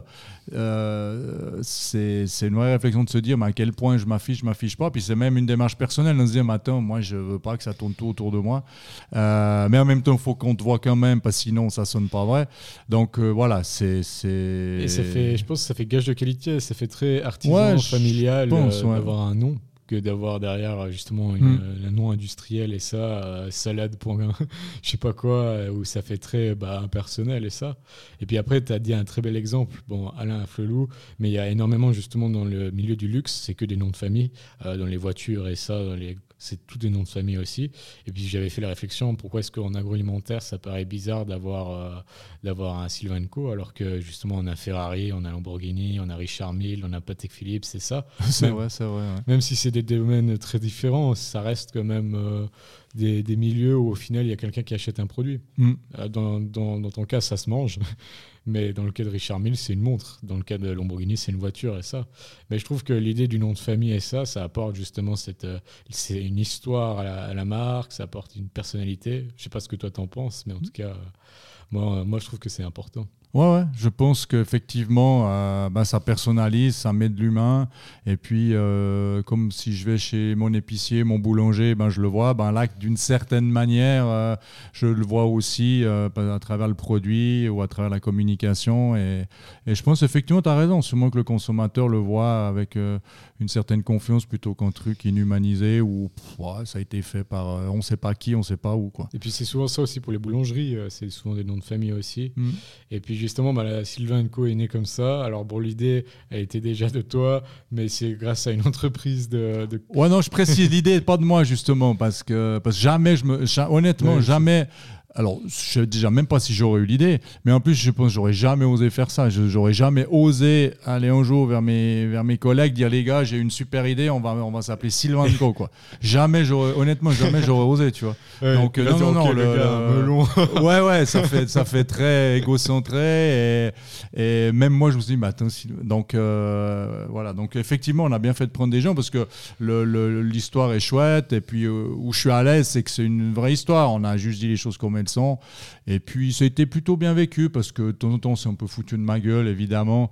Euh, c'est, c'est une vraie réflexion de se dire mais à quel point je m'affiche, je m'affiche pas. Puis c'est même une démarche personnelle de se dire mais attends, moi je veux pas que ça tourne tout autour de moi. Euh, mais en même temps, il faut qu'on te voit quand même, parce que sinon ça sonne pas vrai. Donc euh, voilà, c'est, c'est. Et ça fait, je pense que ça fait gage de qualité. Ça fait très artisan, ouais, familial pense, euh, ouais. d'avoir un nom, que d'avoir derrière justement une, Mm. euh, un nom industriel et ça, euh, salade pour un, je sais pas quoi, euh, où ça fait très bah, impersonnel et ça. Et puis après, tu as dit un très bel exemple, bon, Alain Flelou, mais il y a énormément justement dans le milieu du luxe, c'est que des noms de famille, euh, dans les voitures et ça, dans les... c'est tous des noms de famille aussi. Et puis j'avais fait la réflexion, pourquoi est-ce qu'en agroalimentaire, ça paraît bizarre d'avoir, euh, d'avoir un Sylvain Co, alors que justement on a Ferrari, on a Lamborghini, on a Richard Mille, on a Patek Philippe, c'est ça. C'est même, vrai, c'est vrai. Ouais. Même si c'est des domaines très différents, ça reste quand même euh, des, des milieux où au final il y a quelqu'un qui achète un produit. Mm. Euh, dans, dans, dans ton cas, ça se mange. Mais dans le cas de Richard Mille, c'est une montre. Dans le cas de Lamborghini, c'est une voiture et ça. Mais je trouve que l'idée du nom de famille et ça, ça apporte justement cette, euh, c'est une histoire à la, à la marque, ça apporte une personnalité. Je sais pas ce que toi t'en penses, mais en tout cas, euh, moi, moi je trouve que c'est important. Ouais, ouais, je pense qu'effectivement, euh, ben, ça personnalise, ça met de l'humain. Et puis, euh, comme si je vais chez mon épicier, mon boulanger, ben, je le vois. Ben, là, d'une certaine manière, euh, je le vois aussi euh, à travers le produit ou à travers la communication. Et, et je pense effectivement, tu as raison. Sûrement que le consommateur le voit avec euh, une certaine confiance plutôt qu'un truc inhumanisé où pff, ouais, ça a été fait par euh, on ne sait pas qui, on ne sait pas où, quoi. Et puis, c'est souvent ça aussi pour les boulangeries. euh, C'est souvent des noms de famille aussi. Mm. Et puis justement, bah, la Sylvain Co est née comme ça. Alors bon, l'idée, elle était déjà de toi, mais c'est grâce à une entreprise de... de... Ouais, non, je précise, l'idée n'est pas de moi, justement, parce que, parce que jamais, je me, ja- honnêtement, Ouais, jamais... Alors, je ne sais déjà même pas si j'aurais eu l'idée, mais en plus, je pense que j'aurais jamais osé faire ça. Je n'aurais jamais osé aller un jour vers mes, vers mes collègues, dire les gars, j'ai une super idée, on va, on va s'appeler Sylvain Co, quoi. Jamais, j'aurais, honnêtement, jamais j'aurais osé, tu vois. Ouais, Donc, non, non, non, le, le gars, le- melon. ouais, ouais, ça fait, ça fait très égocentré. Et, et même moi, je me suis dit, bah, attends, si... donc, euh, voilà. Donc, effectivement, on a bien fait de prendre des gens parce que le, le, l'histoire est chouette. Et puis, euh, où je suis à l'aise, c'est que c'est une vraie histoire. On a juste dit les choses comme elles sont. Et puis, ça a été plutôt bien vécu parce que de temps en temps, c'est un peu foutu de ma gueule, évidemment.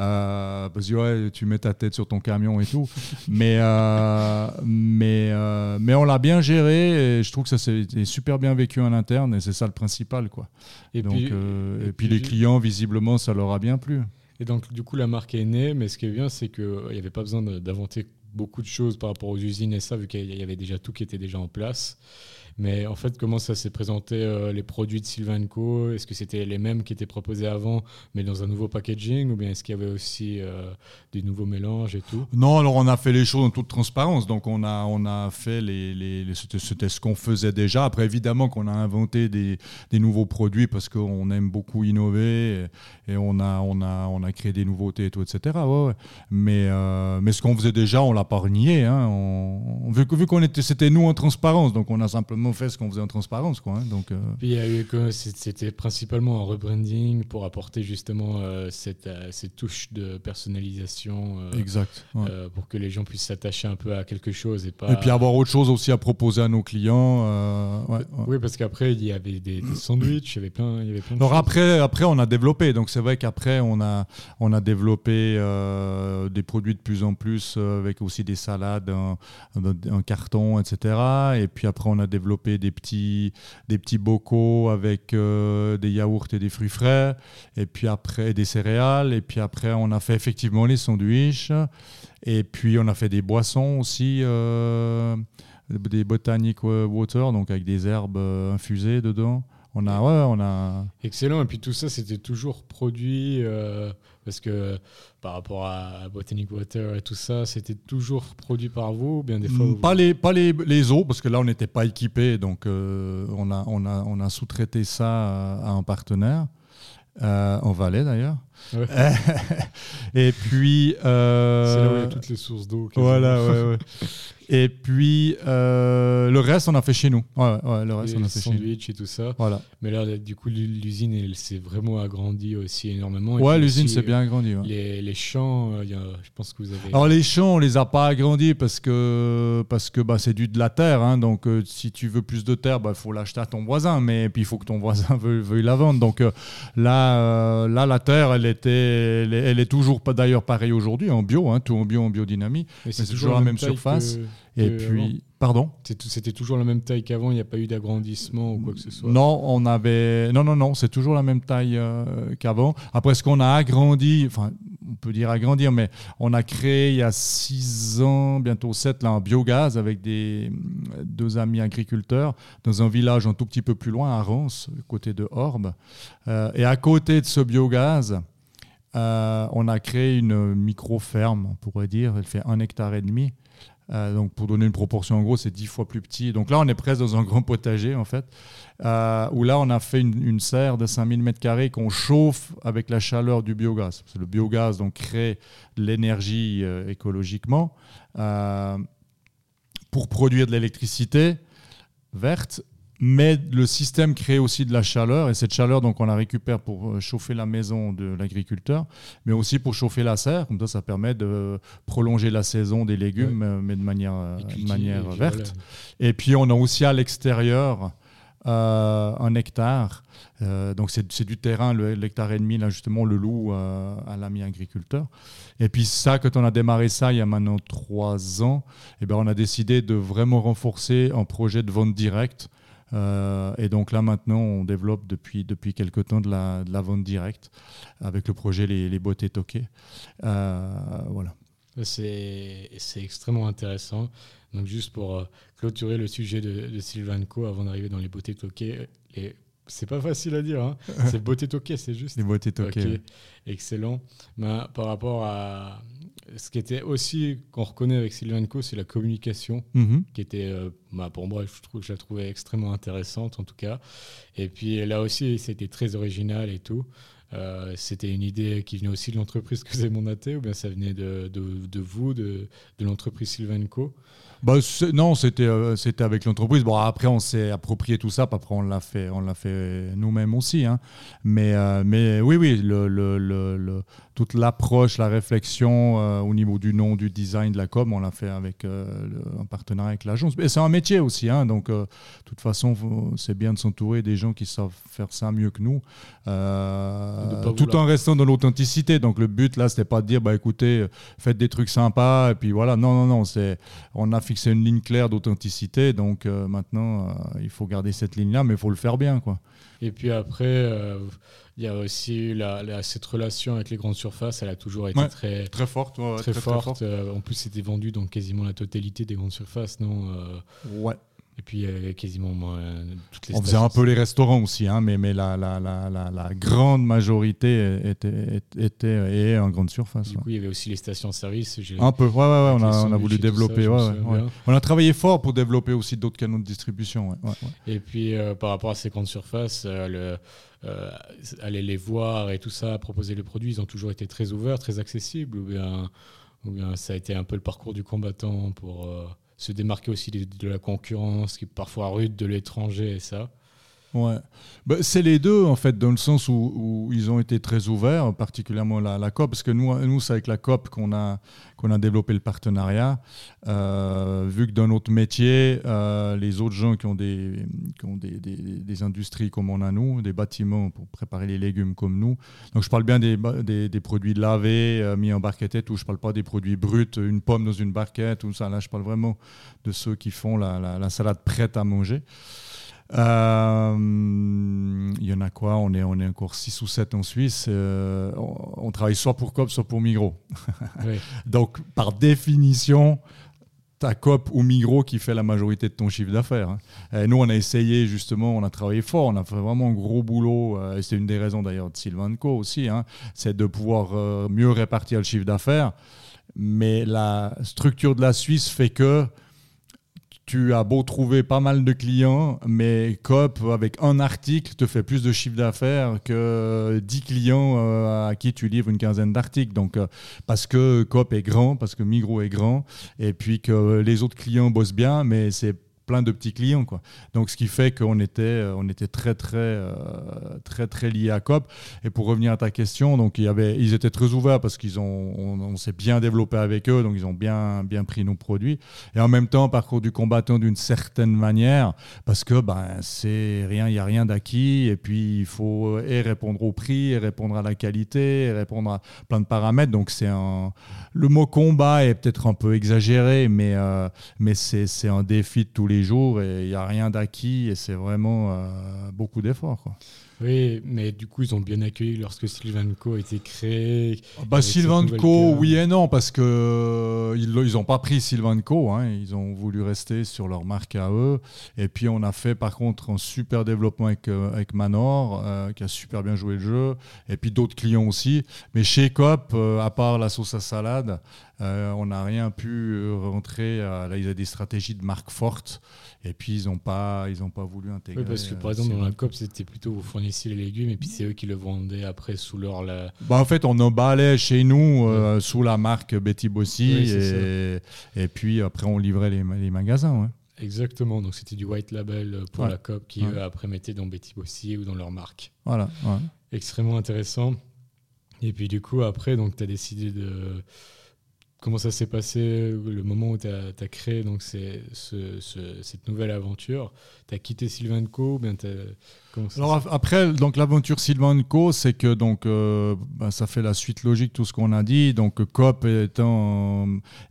Euh, parce que ouais, tu mets ta tête sur ton camion et tout. mais, euh, mais, euh, mais on l'a bien géré et je trouve que ça s'est super bien vécu en interne et c'est ça le principal, quoi. Et donc, puis, euh, et, et puis, puis- les clients, visiblement, ça leur a bien plu. Et donc, du coup, la marque est née, mais ce qui est bien, c'est qu'il n'y avait pas besoin de- d'inventer beaucoup de choses par rapport aux usines et ça, vu qu'il y avait déjà tout qui était déjà en place. Mais en fait, comment ça s'est présenté, euh, les produits de Sylvain Co? Est-ce que c'était les mêmes qui étaient proposés avant, mais dans un nouveau packaging? Ou bien est-ce qu'il y avait aussi euh, des nouveaux mélanges et tout? Non, alors on a fait les choses en toute transparence. Donc on a, on a fait les, les, les- c'était, c'était ce qu'on faisait déjà. Après, évidemment qu'on a inventé des, des nouveaux produits parce qu'on aime beaucoup innover et, et on, a, on, a, on a créé des nouveautés et tout, et cetera. Ouais, ouais. Mais, euh, mais ce qu'on faisait déjà, on l'a pas renié. Hein. On, vu, que- vu qu'on était, c'était nous en transparence, donc on a simplement fait ce qu'on faisait en transparence, quoi. Hein. Donc, euh... Puis il y a eu que c'était principalement un rebranding pour apporter justement euh, cette, euh, cette touche de personnalisation euh, exact. Ouais. euh, pour que les gens puissent s'attacher un peu à quelque chose et pas. Et puis avoir autre chose aussi à proposer à nos clients. Euh, ouais, ouais. Oui, parce qu'après il y avait des, des sandwichs, il y avait plein, il y avait plein de Alors choses. après, après, on a développé. Donc c'est vrai qu'après, on a, on a développé euh, des produits de plus en plus euh, avec aussi des salades, un, un, un carton, et cetera. Et puis après, on a développé des petits, des petits bocaux avec euh, des yaourts et des fruits frais. Et puis après, des céréales. Et puis après, on a fait effectivement les sandwichs. Et puis on a fait des boissons aussi. Euh, des botanic water, donc avec des herbes euh, infusées dedans. On a, ouais, on a... Excellent. Et puis tout ça, c'était toujours produit euh, parce que par rapport à Botanic Water et tout ça, c'était toujours produit par vous ou bien des fois vous... Pas les, pas les, les eaux, parce que là, on n'était pas équipés. Donc, euh, on, a, on, a, on a sous-traité ça à, à un partenaire, euh, en Valais d'ailleurs. Ouais. Et puis... Euh, c'est là où il y a toutes les sources d'eau. Voilà, ouais, ouais. Et puis, euh, le reste, on a fait chez nous. Ouais, ouais, le reste, les on a fait chez nous. sandwichs et tout ça. Voilà. Mais là, du coup, l'usine, elle s'est vraiment agrandie aussi énormément. Et ouais, puis l'usine aussi, s'est bien agrandie. Ouais. Les, les champs, euh, y a, je pense que vous avez... Alors, les champs, on les a pas agrandis parce que, parce que bah, c'est du de la terre. Hein, donc, euh, si tu veux plus de terre, il bah, faut l'acheter à ton voisin. Mais puis, il faut que ton voisin veuille, veuille la vendre. Donc, euh, là, euh, là, la terre, elle, était, elle, est, elle est toujours pas d'ailleurs pareille aujourd'hui, en bio, hein, tout en bio, en biodynamie. Mais c'est, mais c'est toujours, toujours la même, même surface. Que... Et puis, avant. Pardon ? C'était toujours la même taille qu'avant, il n'y a pas eu d'agrandissement ou quoi que ce soit ? Non, on avait... non, non, non, c'est toujours la même taille euh, qu'avant. Après, ce qu'on a agrandi, enfin, on peut dire agrandir, mais on a créé il y a six ans, bientôt sept, là, un biogaz avec des, deux amis agriculteurs dans un village un tout petit peu plus loin, à Rance, côté de Orbe. Euh, et à côté de ce biogaz, euh, on a créé une micro-ferme, on pourrait dire. Elle fait un hectare et demi. Euh, donc pour donner une proportion, en gros, c'est dix fois plus petit. Donc là, on est presque dans un grand potager, en fait, euh, où là, on a fait une, une serre de cinq mille mètres carrés qu'on chauffe avec la chaleur du biogaz. Parce que le biogaz donc, crée de l'énergie euh, écologiquement euh, pour produire de l'électricité verte. Mais le système crée aussi de la chaleur, et cette chaleur, donc, on la récupère pour chauffer la maison de l'agriculteur, mais aussi pour chauffer la serre. Comme ça, ça permet de prolonger la saison des légumes, ouais. mais de manière, de manière et verte. Voilà. Et puis, on a aussi à l'extérieur euh, un hectare. Euh, donc, c'est, c'est du terrain, le, l'hectare et demi, là, justement, on le loue euh, à l'ami agriculteur. Et puis ça, quand on a démarré ça il y a maintenant trois ans, eh ben, on a décidé de vraiment renforcer un projet de vente directe. Euh, et donc là maintenant on développe depuis, depuis quelques temps de la, de la vente directe avec le projet Les, les Beautés Toquées. Euh, voilà. C'est, c'est extrêmement intéressant. Donc juste pour euh, clôturer le sujet de, de Sylvanco avant d'arriver dans Les Beautés Toquées, les... c'est pas facile à dire, hein. C'est Beautés Toquées, c'est juste. Les Beautés Toquées. Okay. Ouais. Excellent. Mais par rapport à ce qui était aussi qu'on reconnaît avec Sylvanco, c'est la communication mm-hmm. qui était, euh, bah pour moi, je, trouve, je la trouvais extrêmement intéressante en tout cas. Et puis là aussi, c'était très original et tout. Euh, c'était une idée qui venait aussi de l'entreprise que vous avez mandatée ou bien ça venait de, de, de vous, de, de l'entreprise Sylvanco ? Bah, c'est, non, c'était, euh, c'était avec l'entreprise. Bon, après, on s'est approprié tout ça. Après, on l'a fait, on l'a fait nous-mêmes aussi. Hein. Mais, euh, mais oui, oui, le, le, le, le, toute l'approche, la réflexion euh, au niveau du nom, du design, de la com, on l'a fait avec euh, le, un partenariat avec l'agence. Et c'est un métier aussi. Hein, donc, euh, de toute façon, faut, c'est bien de s'entourer des gens qui savent faire ça mieux que nous, euh, tout en restant dans l'authenticité. Donc, le but, là, c'était pas de dire, bah, écoutez, faites des trucs sympas. Et puis voilà. Non, non, non. C'est, on a fixer une ligne claire d'authenticité, donc euh, maintenant euh, il faut garder cette ligne-là, mais il faut le faire bien, quoi. Et puis après, euh, il y a aussi la, la, cette relation avec les grandes surfaces, elle a toujours été ouais, très, très forte. Ouais, très, très, forte. Très forte. Euh, en plus, c'était vendu dans quasiment la totalité des grandes surfaces, non euh, Ouais. Et puis euh, quasiment euh, toutes les on faisait un peu les restaurants aussi, hein, mais, mais la, la, la, la, la grande majorité était, était et est en grande surface. Du coup, ouais. il y avait aussi les stations-service. Un peu, ouais, ouais, ouais on, a, on a voulu développer. Ça, ouais, ouais. On a travaillé fort pour développer aussi d'autres canaux de distribution. Ouais, ouais, ouais. Et puis, euh, par rapport à ces grandes surfaces, euh, le, euh, aller les voir et tout ça, proposer les produits, ils ont toujours été très ouverts, très accessibles, ou bien, ou bien ça a été un peu le parcours du combattant pour... Euh, se démarquer aussi de, de la concurrence qui est parfois rude de l'étranger et ça. Ouais, bah, c'est les deux en fait, dans le sens où, où ils ont été très ouverts, particulièrement la, la coop, parce que nous, nous c'est avec la coop qu'on a, qu'on a développé le partenariat. Euh, vu que dans notre métier, euh, les autres gens qui ont, des, qui ont des, des, des industries comme on a nous, des bâtiments pour préparer les légumes comme nous, donc je parle bien des, des, des produits lavés, euh, mis en barquette, ou je ne parle pas des produits bruts, une pomme dans une barquette, ou ça. Là, je parle vraiment de ceux qui font la, la, la salade prête à manger. Il euh, y en a quoi, on est, on est encore six ou sept en Suisse. Euh, on, on travaille soit pour Coop, soit pour Migros. Oui. Donc, par définition, t'as Coop ou Migros qui fait la majorité de ton chiffre d'affaires. Et nous, on a essayé justement, on a travaillé fort, on a fait vraiment un gros boulot. Et c'est une des raisons d'ailleurs de Sylvanco aussi, hein, c'est de pouvoir euh, mieux répartir le chiffre d'affaires. Mais la structure de la Suisse fait que tu as beau trouver pas mal de clients, mais Coop, avec un article, te fait plus de chiffre d'affaires que dix clients euh, à qui tu livres une quinzaine d'articles. Donc, euh, parce que Coop est grand, parce que Migros est grand, et puis que les autres clients bossent bien, mais c'est plein de petits clients, quoi. Donc, ce qui fait qu'on était, on était très, très, euh, très, très liés à Coop. Et pour revenir à ta question, donc, il y avait, ils étaient très ouverts parce qu'ils ont, on, on s'est bien développé avec eux, donc ils ont bien, bien pris nos produits. Et en même temps, parcours du combattant d'une certaine manière, parce que ben, c'est rien, il n'y a rien d'acquis. Et puis, il faut et répondre au prix, et répondre à la qualité, et répondre à plein de paramètres. Donc, c'est un, le mot combat est peut-être un peu exagéré, mais, euh, mais c'est, c'est un défi de tous les jours et il n'y a rien d'acquis et c'est vraiment euh, beaucoup d'efforts, quoi. Oui, mais du coup, ils ont bien accueilli lorsque Sylvan Co a été créé. Bah, Sylvan Co, gamme. oui et non, parce qu'ils ils n'ont pas pris Sylvan Co, hein, ils ont voulu rester sur leur marque à eux. Et puis, on a fait par contre un super développement avec, euh, avec Manor, euh, qui a super bien joué le jeu, et puis d'autres clients aussi. Mais chez Coop, euh, à part la sauce à salade, euh, on n'a rien pu rentrer. À, là, ils avaient des stratégies de marque forte, et puis ils n'ont pas, ils ont pas voulu intégrer. Oui, parce que par exemple, dans la Coop, c'était plutôt vous fournissiez les légumes, et puis c'est eux qui le vendaient après sous leur. La... Bah, en fait, on emballait chez nous euh, ouais. sous la marque Betty Bossy, oui, et, et puis après, on livrait les, les magasins. Ouais. Exactement, donc c'était du white label pour ouais. la Coop qui ouais. eux, après mettaient dans Betty Bossy ou dans leur marque. Voilà. Ouais. Extrêmement intéressant. Et puis du coup, après, tu as décidé de. Comment ça s'est passé le moment où tu as créé donc, c'est, ce, ce, cette nouvelle aventure? Tu as quitté Sylvan Co bien comment ça Alors après, donc, l'aventure Sylvan Co, c'est que donc, euh, bah, ça fait la suite logique, tout ce qu'on a dit. Donc Coop étant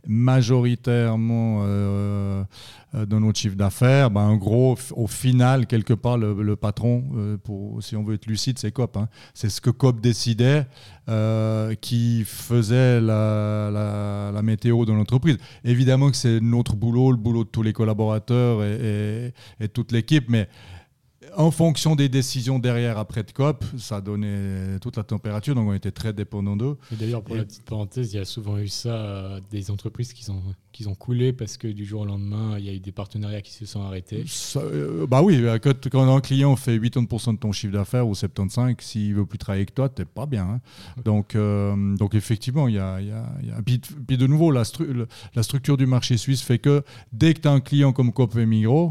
majoritairement euh, dans notre chiffre d'affaires, bah, en gros, au final, quelque part, le, le patron, euh, pour, si on veut être lucide, c'est Coop. Hein. C'est ce que Coop décidait euh, qui faisait la, la, la météo de l'entreprise. Évidemment que c'est notre boulot, le boulot de tous les collaborateurs et, et, et toute l'équipe, mais en fonction des décisions derrière après de Coop, ça donnait toute la température, donc on était très dépendants d'eux. Et d'ailleurs, pour et... la petite parenthèse, il y a souvent eu ça, euh, des entreprises qui ont, qui ont coulé parce que du jour au lendemain, il y a eu des partenariats qui se sont arrêtés. Ça, euh, bah oui, quand, quand un client fait quatre-vingts pour cent de ton chiffre d'affaires ou soixante-quinze pour cent, s'il ne veut plus travailler avec toi, tu n'es pas bien. Hein. Okay. Donc, euh, donc effectivement, il y a... Y a, y a... Puis, puis de nouveau, la, stru... la structure du marché suisse fait que dès que tu as un client comme Coop et Migros,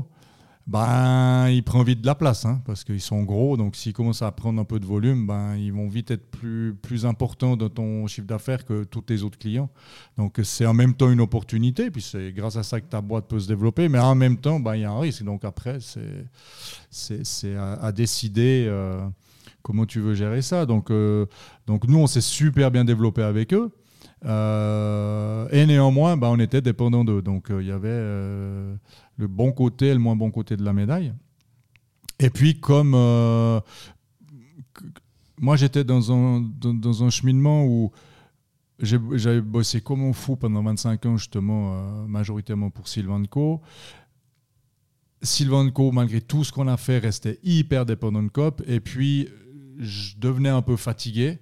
ben, ils prennent vite de la place, hein, parce qu'ils sont gros. Donc, s'ils commencent à prendre un peu de volume, ben, ils vont vite être plus, plus importants dans ton chiffre d'affaires que tous tes autres clients. Donc, c'est en même temps une opportunité. Puis, c'est grâce à ça que ta boîte peut se développer. Mais en même temps, ben, il y a un risque. Donc, après, c'est, c'est, c'est à, à décider euh, comment tu veux gérer ça. Donc, euh, donc, nous, on s'est super bien développé avec eux. Euh, et néanmoins, bah, on était dépendants d'eux. Donc, il euh, y avait euh, le bon côté et le moins bon côté de la médaille. Et puis, comme euh, moi, j'étais dans un, dans, dans un cheminement où j'ai, j'avais bossé comme un fou pendant vingt-cinq ans, justement, euh, majoritairement pour Sylvan Co. Sylvan Co, malgré tout ce qu'on a fait, restait hyper dépendant de Coop. Et puis, je devenais un peu fatigué.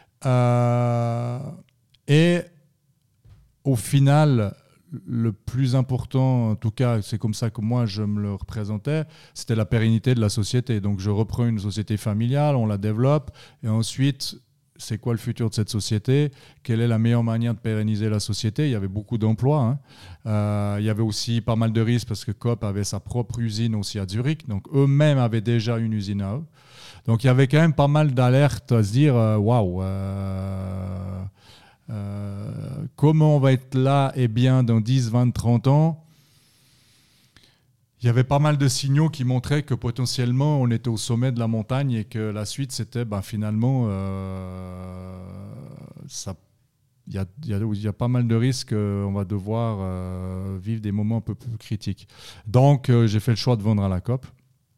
Euh, Et au final, le plus important, en tout cas, c'est comme ça que moi je me le représentais, c'était la pérennité de la société. Donc je reprends une société familiale, on la développe, et ensuite, c'est quoi le futur de cette société? Quelle est la meilleure manière de pérenniser la société? Il y avait beaucoup d'emplois. Hein. Euh, il y avait aussi pas mal de risques parce que Coop avait sa propre usine aussi à Zurich. Donc eux-mêmes avaient déjà une usine à eux. Donc il y avait quand même pas mal d'alertes à se dire waouh, wow, euh, Euh, comment on va être là et bien dans dix, vingt, trente ans? Il y avait pas mal de signaux qui montraient que potentiellement on était au sommet de la montagne et que la suite c'était ben, finalement euh, ça, il y a, y a, y a pas mal de risques, on va devoir euh, vivre des moments un peu plus critiques. Donc euh, j'ai fait le choix de vendre à la Coop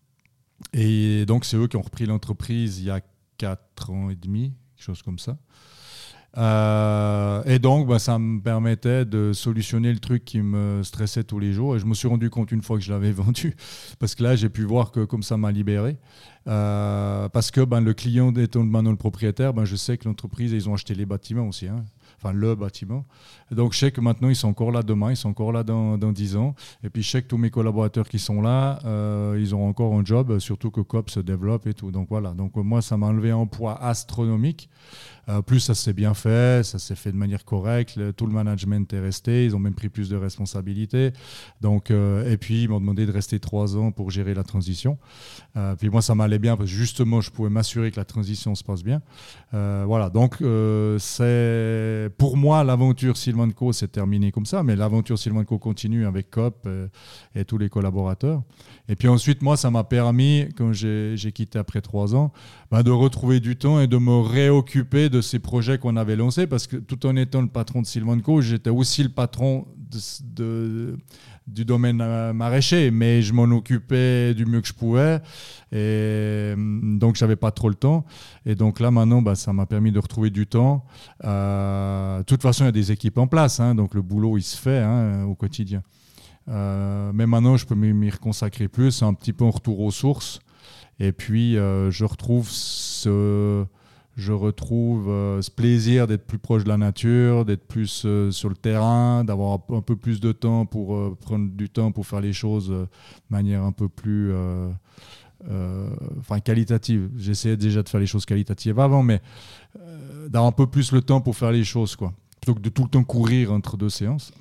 et donc c'est eux qui ont repris l'entreprise il y a quatre ans et demi, quelque chose comme ça. Euh, et donc bah, ça me permettait de solutionner le truc qui me stressait tous les jours et je me suis rendu compte une fois que je l'avais vendu parce que là j'ai pu voir que comme ça m'a libéré euh, parce que ben, le client étant maintenant le propriétaire, ben, je sais que l'entreprise ils ont acheté les bâtiments aussi hein. enfin le bâtiment. Donc je sais que maintenant ils sont encore là demain, ils sont encore là dans, dans dix ans. Et puis je sais que tous mes collaborateurs qui sont là, euh, ils ont encore un job, surtout que Coop se développe et tout. Donc voilà, donc moi ça m'a enlevé un poids astronomique. Euh, plus ça s'est bien fait, ça s'est fait de manière correcte, le, tout le management est resté, ils ont même pris plus de responsabilités. Donc, euh, et puis ils m'ont demandé de rester trois ans pour gérer la transition. Euh, puis moi ça m'allait bien parce que justement je pouvais m'assurer que la transition se passe bien. Euh, voilà, donc euh, c'est pour moi l'aventure Sylvan&Co s'est terminée comme ça, mais l'aventure Sylvan&Co continue avec Coop euh, et tous les collaborateurs. Et puis ensuite moi ça m'a permis, quand j'ai, j'ai quitté après trois ans, bah, de retrouver du temps et de me réoccuper de ces projets qu'on avait lancés, parce que tout en étant le patron de Sylvan&Co, j'étais aussi le patron de, de, du domaine maraîcher, mais je m'en occupais du mieux que je pouvais, et donc je n'avais pas trop le temps. Et donc là maintenant, bah, ça m'a permis de retrouver du temps. Euh, de toute façon, il y a des équipes en place, hein, donc le boulot il se fait hein, au quotidien. Euh, mais maintenant, je peux m'y reconsacrer plus, c'est un petit peu un retour aux sources. Et puis, euh, je retrouve ce, je retrouve, euh, ce plaisir d'être plus proche de la nature, d'être plus euh, sur le terrain, d'avoir un peu plus de temps pour euh, prendre du temps pour faire les choses euh, de manière un peu plus euh, euh, enfin, qualitative. J'essayais déjà de faire les choses qualitatives avant, mais euh, d'avoir un peu plus le temps pour faire les choses, quoi, plutôt que de tout le temps courir entre deux séances.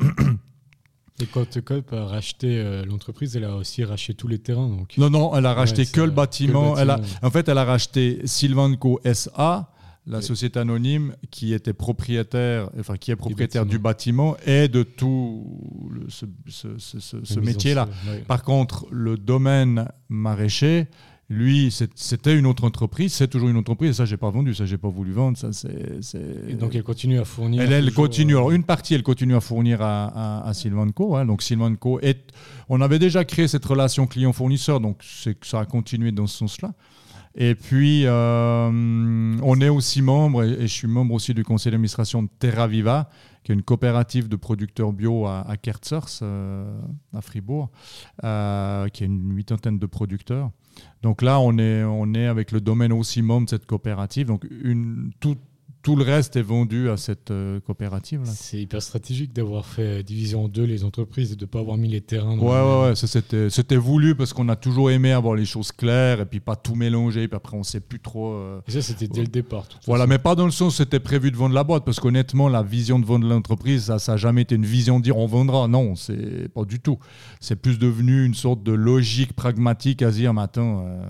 Et quand Coop a racheté euh, l'entreprise, elle a aussi racheté tous les terrains. Donc... Non, non, elle a racheté ouais, que, le bâtiment. que le bâtiment. Elle a, en fait, elle a racheté Sylvan&Co S A, la oui. société anonyme qui était propriétaire, enfin qui est propriétaire du bâtiment et de tout le, ce, ce, ce, ce, ce métier-là. Ouais. Par contre, le domaine maraîcher, lui, c'est, c'était une autre entreprise, c'est toujours une entreprise, et ça, je n'ai pas vendu, ça, je n'ai pas voulu vendre. Ça, c'est, c'est... Et donc, elle continue à fournir. Elle, elle continue, euh... alors une partie, elle continue à fournir à, à, à Sylvan&Co. Hein, donc, Sylvan&Co, est, on avait déjà créé cette relation client-fournisseur, donc c'est, ça a continué dans ce sens-là. Et puis, euh, on est aussi membre, et, et je suis membre aussi du conseil d'administration de Terra Viva, qui est une coopérative de producteurs bio à, à Kerzers, euh, à Fribourg, euh, qui a une huitantaine de producteurs. Donc là, on est, on est avec le domaine aussi membre de cette coopérative. Donc une, tout, tout le reste est vendu à cette euh, coopérative. Là. C'est hyper stratégique d'avoir fait division en deux les entreprises et de ne pas avoir mis les terrains. Dans ouais, le... ouais, ouais, ça, c'était, c'était voulu parce qu'on a toujours aimé avoir les choses claires et puis pas tout mélanger. Puis après, on ne sait plus trop. Euh... Et ça, c'était dès le départ. Voilà, façon. Mais pas dans le sens où c'était prévu de vendre la boîte, parce qu'honnêtement, la vision de vendre l'entreprise, ça n'a jamais été une vision de dire on vendra. Non, c'est pas du tout. C'est plus devenu une sorte de logique pragmatique à dire maintenant. Euh...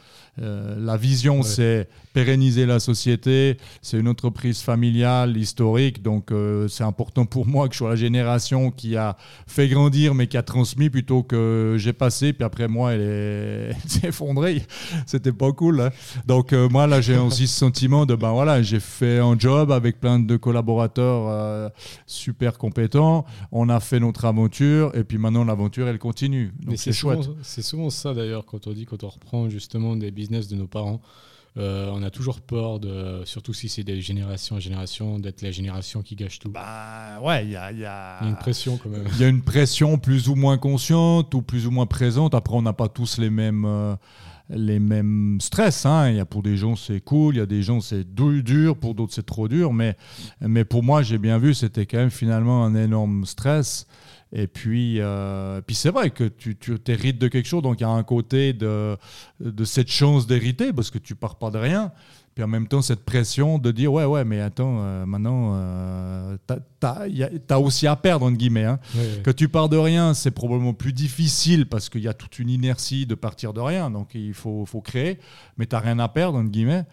Euh, la vision, ouais. c'est pérenniser la société. C'est une entreprise familiale, historique. Donc, euh, c'est important pour moi que je sois la génération qui a fait grandir, mais qui a transmis plutôt que j'ai passé. Puis après, moi, elle, est... elle s'est effondrée. C'était pas cool. Hein. Donc, euh, moi, là, j'ai aussi ce sentiment de, ben voilà, j'ai fait un job avec plein de collaborateurs euh, super compétents. On a fait notre aventure. Et puis maintenant, l'aventure, elle continue. Donc, mais c'est, c'est chouette. Souvent, c'est souvent ça, d'ailleurs, quand on dit, quand on reprend justement des business de nos parents, euh, on a toujours peur, de, surtout si c'est des générations en génération, d'être la génération qui gâche tout. Bah ouais, il y a, y a... y a une pression quand même. Il y a une pression plus ou moins consciente ou plus ou moins présente. Après, on n'a pas tous les mêmes, euh, les mêmes stress. Hein. Il y a pour des gens, c'est cool. Il y a des gens, c'est dur. Pour d'autres, c'est trop dur. Mais, mais pour moi, j'ai bien vu, c'était quand même finalement un énorme stress. Et puis, euh, puis c'est vrai que tu, tu hérites de quelque chose, donc il y a un côté de, de cette chance d'hériter, parce que tu pars pas de rien. Puis en même temps, cette pression de dire ouais, ouais, mais attends, euh, maintenant, euh, t'as, t'as, y a, t'as aussi à perdre, entre guillemets. Hein. Oui, oui. Que tu pars de rien, c'est probablement plus difficile parce qu'il y a toute une inertie de partir de rien, donc il faut, faut créer, mais t'as rien à perdre, entre guillemets.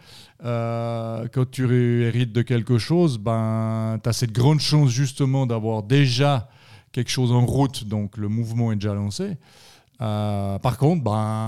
Euh, quand tu hérites de quelque chose, ben, t'as cette grande chance justement d'avoir déjà quelque chose en route, donc le mouvement est déjà lancé. Euh, par contre,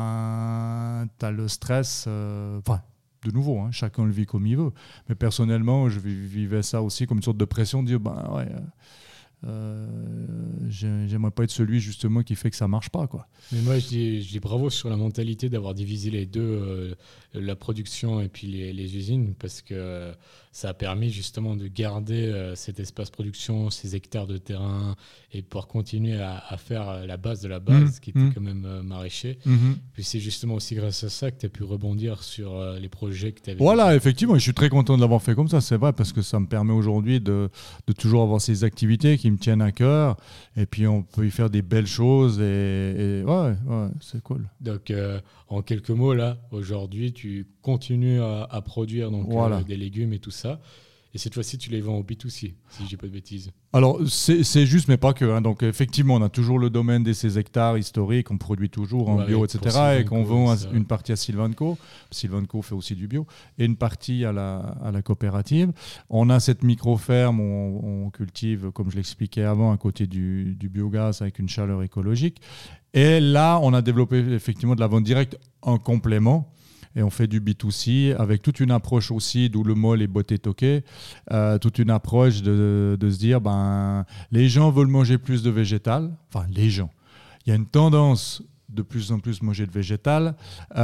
ben, tu as le stress, euh, enfin, de nouveau, hein, chacun le vit comme il veut. Mais personnellement, je vivais ça aussi comme une sorte de pression, de dire, ben ouais, euh, j'aimerais pas être celui justement qui fait que ça marche pas, quoi. Mais moi je dis, je dis bravo sur la mentalité d'avoir divisé les deux, euh, la production et puis les, les usines, parce que ça a permis justement de garder euh, cet espace production, ces hectares de terrain, et pouvoir continuer à, à faire la base de la base, mmh, qui était mmh. quand même euh, maraîcher. Mmh. Puis c'est justement aussi grâce à ça que tu as pu rebondir sur euh, les projets que tu avais. Voilà, effectivement, je suis très content de l'avoir fait comme ça, c'est vrai, parce que ça me permet aujourd'hui de, de toujours avoir ces activités qui me tiennent à cœur, et puis on peut y faire des belles choses, et, et ouais, ouais, c'est cool. Donc, euh, en quelques mots, là, aujourd'hui, tu continues à, à produire donc, voilà. euh, des légumes et tout ça. Et cette fois-ci, tu les vends au B deux C, si je dis pas de bêtises. Alors, c'est, c'est juste, mais pas que. Hein. Donc, effectivement, on a toujours le domaine des ces hectares historiques, on produit toujours en ouais, bio, et cetera. Et qu'on vend ça. une partie à Sylvanco. Sylvanco fait aussi du bio. Et une partie à la, à la coopérative. On a cette micro-ferme où on, on cultive, comme je l'expliquais avant, à côté du, du biogaz avec une chaleur écologique. Et là, on a développé effectivement de la vente directe en complément. Et on fait du B deux C avec toute une approche aussi, d'où le mot les beautés toquées, euh, toute une approche de, de se dire, ben, les gens veulent manger plus de végétal. Enfin, les gens. Il y a une tendance de plus en plus manger de végétal,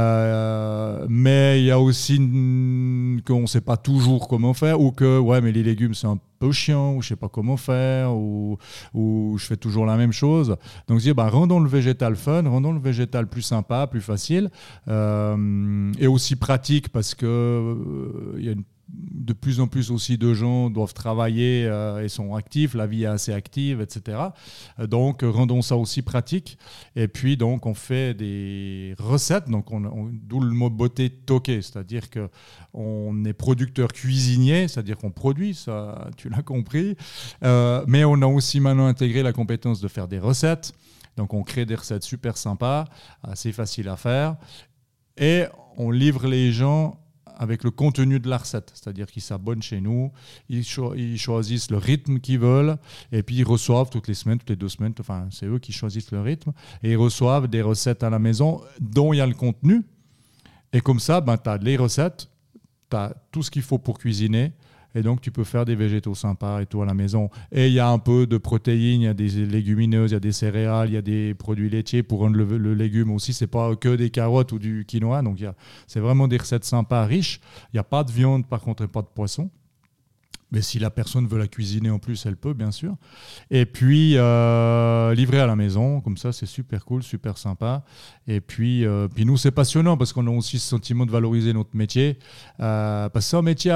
euh, mais il y a aussi n- qu'on ne sait pas toujours comment faire, ou que ouais, mais les légumes c'est un peu chiant, ou je ne sais pas comment faire, ou, ou je fais toujours la même chose. Donc dire, bah, rendons le végétal fun, rendons le végétal plus sympa, plus facile, euh, et aussi pratique, parce qu'il euh, y a une de plus en plus aussi de gens doivent travailler euh, et sont actifs, la vie est assez active, et cetera. Donc, rendons ça aussi pratique. Et puis, donc, on fait des recettes, donc on, on, d'où le mot beauté toqué, c'est-à-dire qu'on est producteur cuisinier, c'est-à-dire qu'on produit, ça, tu l'as compris, euh, mais on a aussi maintenant intégré la compétence de faire des recettes. Donc, on crée des recettes super sympas, assez faciles à faire, et on livre les gens avec le contenu de la recette, c'est-à-dire qu'ils s'abonnent chez nous, ils, cho- ils choisissent le rythme qu'ils veulent, et puis ils reçoivent toutes les semaines, toutes les deux semaines, enfin c'est eux qui choisissent le rythme, et ils reçoivent des recettes à la maison dont il y a le contenu, et comme ça, ben, tu as les recettes, tu as tout ce qu'il faut pour cuisiner, et donc tu peux faire des végétaux sympas et tout à la maison. Et il y a un peu de protéines, il y a des légumineuses, il y a des céréales, il y a des produits laitiers pour rendre le, le légume aussi. C'est pas que des carottes ou du quinoa. Donc il y a, c'est vraiment des recettes sympas, riches. Il n'y a pas de viande par contre et pas de poisson. Mais si la personne veut la cuisiner en plus, elle peut, bien sûr. Et puis, euh, livrer à la maison, comme ça, c'est super cool, super sympa. Et puis, euh, puis nous, c'est passionnant parce qu'on a aussi ce sentiment de valoriser notre métier. Euh, parce que c'est un métier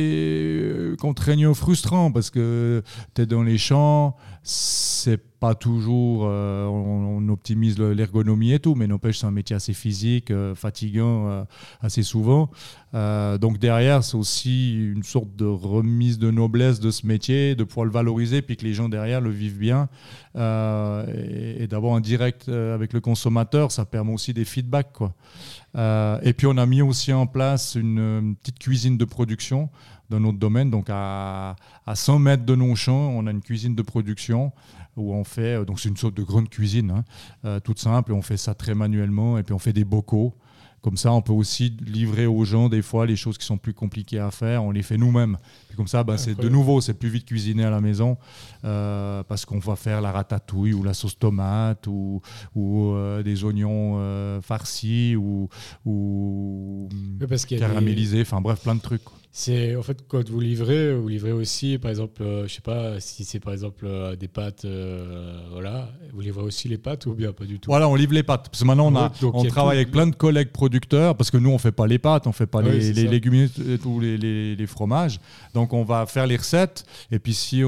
assez contraignant, frustrant, parce que tu es dans les champs, c'est pas toujours, euh, on, on optimise l'ergonomie et tout, mais n'empêche, c'est un métier assez physique, euh, fatigant euh, assez souvent. Euh, donc derrière, c'est aussi une sorte de remise de noblesse de ce métier, de pouvoir le valoriser, puis que les gens derrière le vivent bien. Euh, et, et d'avoir un direct avec le consommateur, ça permet aussi des feedbacks, quoi. Euh, et puis on a mis aussi en place une, une petite cuisine de production dans notre domaine, donc à, à cent mètres de nos champs, on a une cuisine de production où on fait, donc c'est une sorte de grande cuisine, hein, euh, toute simple, et on fait ça très manuellement, et puis on fait des bocaux. Comme ça, on peut aussi livrer aux gens des fois les choses qui sont plus compliquées à faire, on les fait nous-mêmes. Puis comme ça, ben, c'est, de nouveau, c'est plus vite cuisiner à la maison euh, parce qu'on va faire la ratatouille ou la sauce tomate ou, ou euh, des oignons euh, farcis ou, ou oui, caramélisés, enfin des... bref, plein de trucs, quoi. C'est en fait quand vous livrez, vous livrez aussi, par exemple, euh, je sais pas si c'est par exemple euh, des pâtes, euh, voilà, vous livrez aussi les pâtes ou bien pas du tout. Voilà, on livre les pâtes parce que maintenant on a, donc, on travaille tout... avec plein de collègues producteurs parce que nous on fait pas les pâtes, on fait pas oui, les, les légumineuses ou les, les, les fromages, donc on va faire les recettes et puis si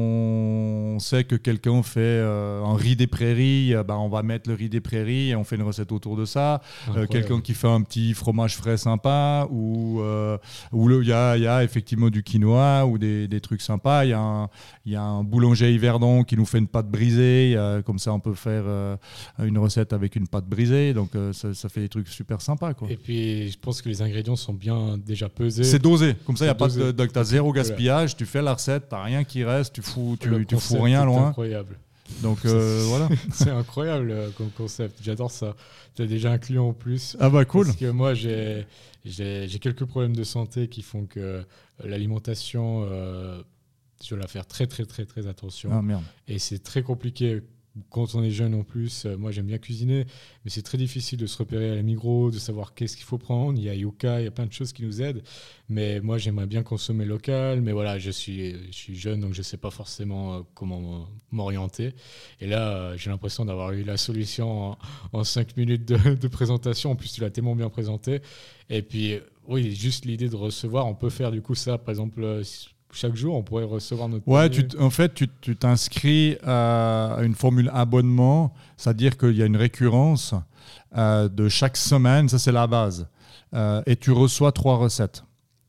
on sait que quelqu'un fait euh, un riz des prairies, euh, bah, on va mettre le riz des prairies et on fait une recette autour de ça. Euh, quelqu'un qui fait un petit fromage frais sympa ou euh, ou le Il y, a, il y a effectivement du quinoa ou des, des trucs sympas. Il y, a un, il y a un boulanger à Yverdon qui nous fait une pâte brisée. A, comme ça, on peut faire euh, une recette avec une pâte brisée. Donc, euh, ça, ça fait des trucs super sympas, quoi. Et puis, je pense que les ingrédients sont bien déjà pesés. C'est dosé. Comme ça, il y a pas de, de, t'as zéro gaspillage. Voilà. Tu fais la recette, tu n'as rien qui reste. Tu fous, tu, tu fous rien loin. C'est incroyable. Donc euh, voilà. C'est incroyable comme concept. J'adore ça. Tu as déjà un client en plus. Ah bah cool. Parce que moi, j'ai, j'ai, j'ai quelques problèmes de santé qui font que l'alimentation, euh, je dois faire très, très, très, très attention. Ah, merde. Et c'est très compliqué quand on est jeune en plus. Euh, moi, j'aime bien cuisiner, mais c'est très difficile de se repérer à la Migros, de savoir qu'est-ce qu'il faut prendre. Il y a Yuka, il y a plein de choses qui nous aident. Mais moi, j'aimerais bien consommer local. Mais voilà, je suis, je suis jeune, donc je ne sais pas forcément euh, comment m'orienter. Et là, euh, j'ai l'impression d'avoir eu la solution en, en cinq minutes de, de présentation. En plus, tu l'as tellement bien présenté. Et puis, oui, juste l'idée de recevoir. On peut faire du coup ça, par exemple... Euh, chaque jour, on pourrait recevoir notre... Ouais, tu t- en fait, tu, tu t'inscris à une formule abonnement, c'est-à-dire qu'il y a une récurrence euh, de chaque semaine, ça c'est la base. Euh, et tu reçois trois recettes.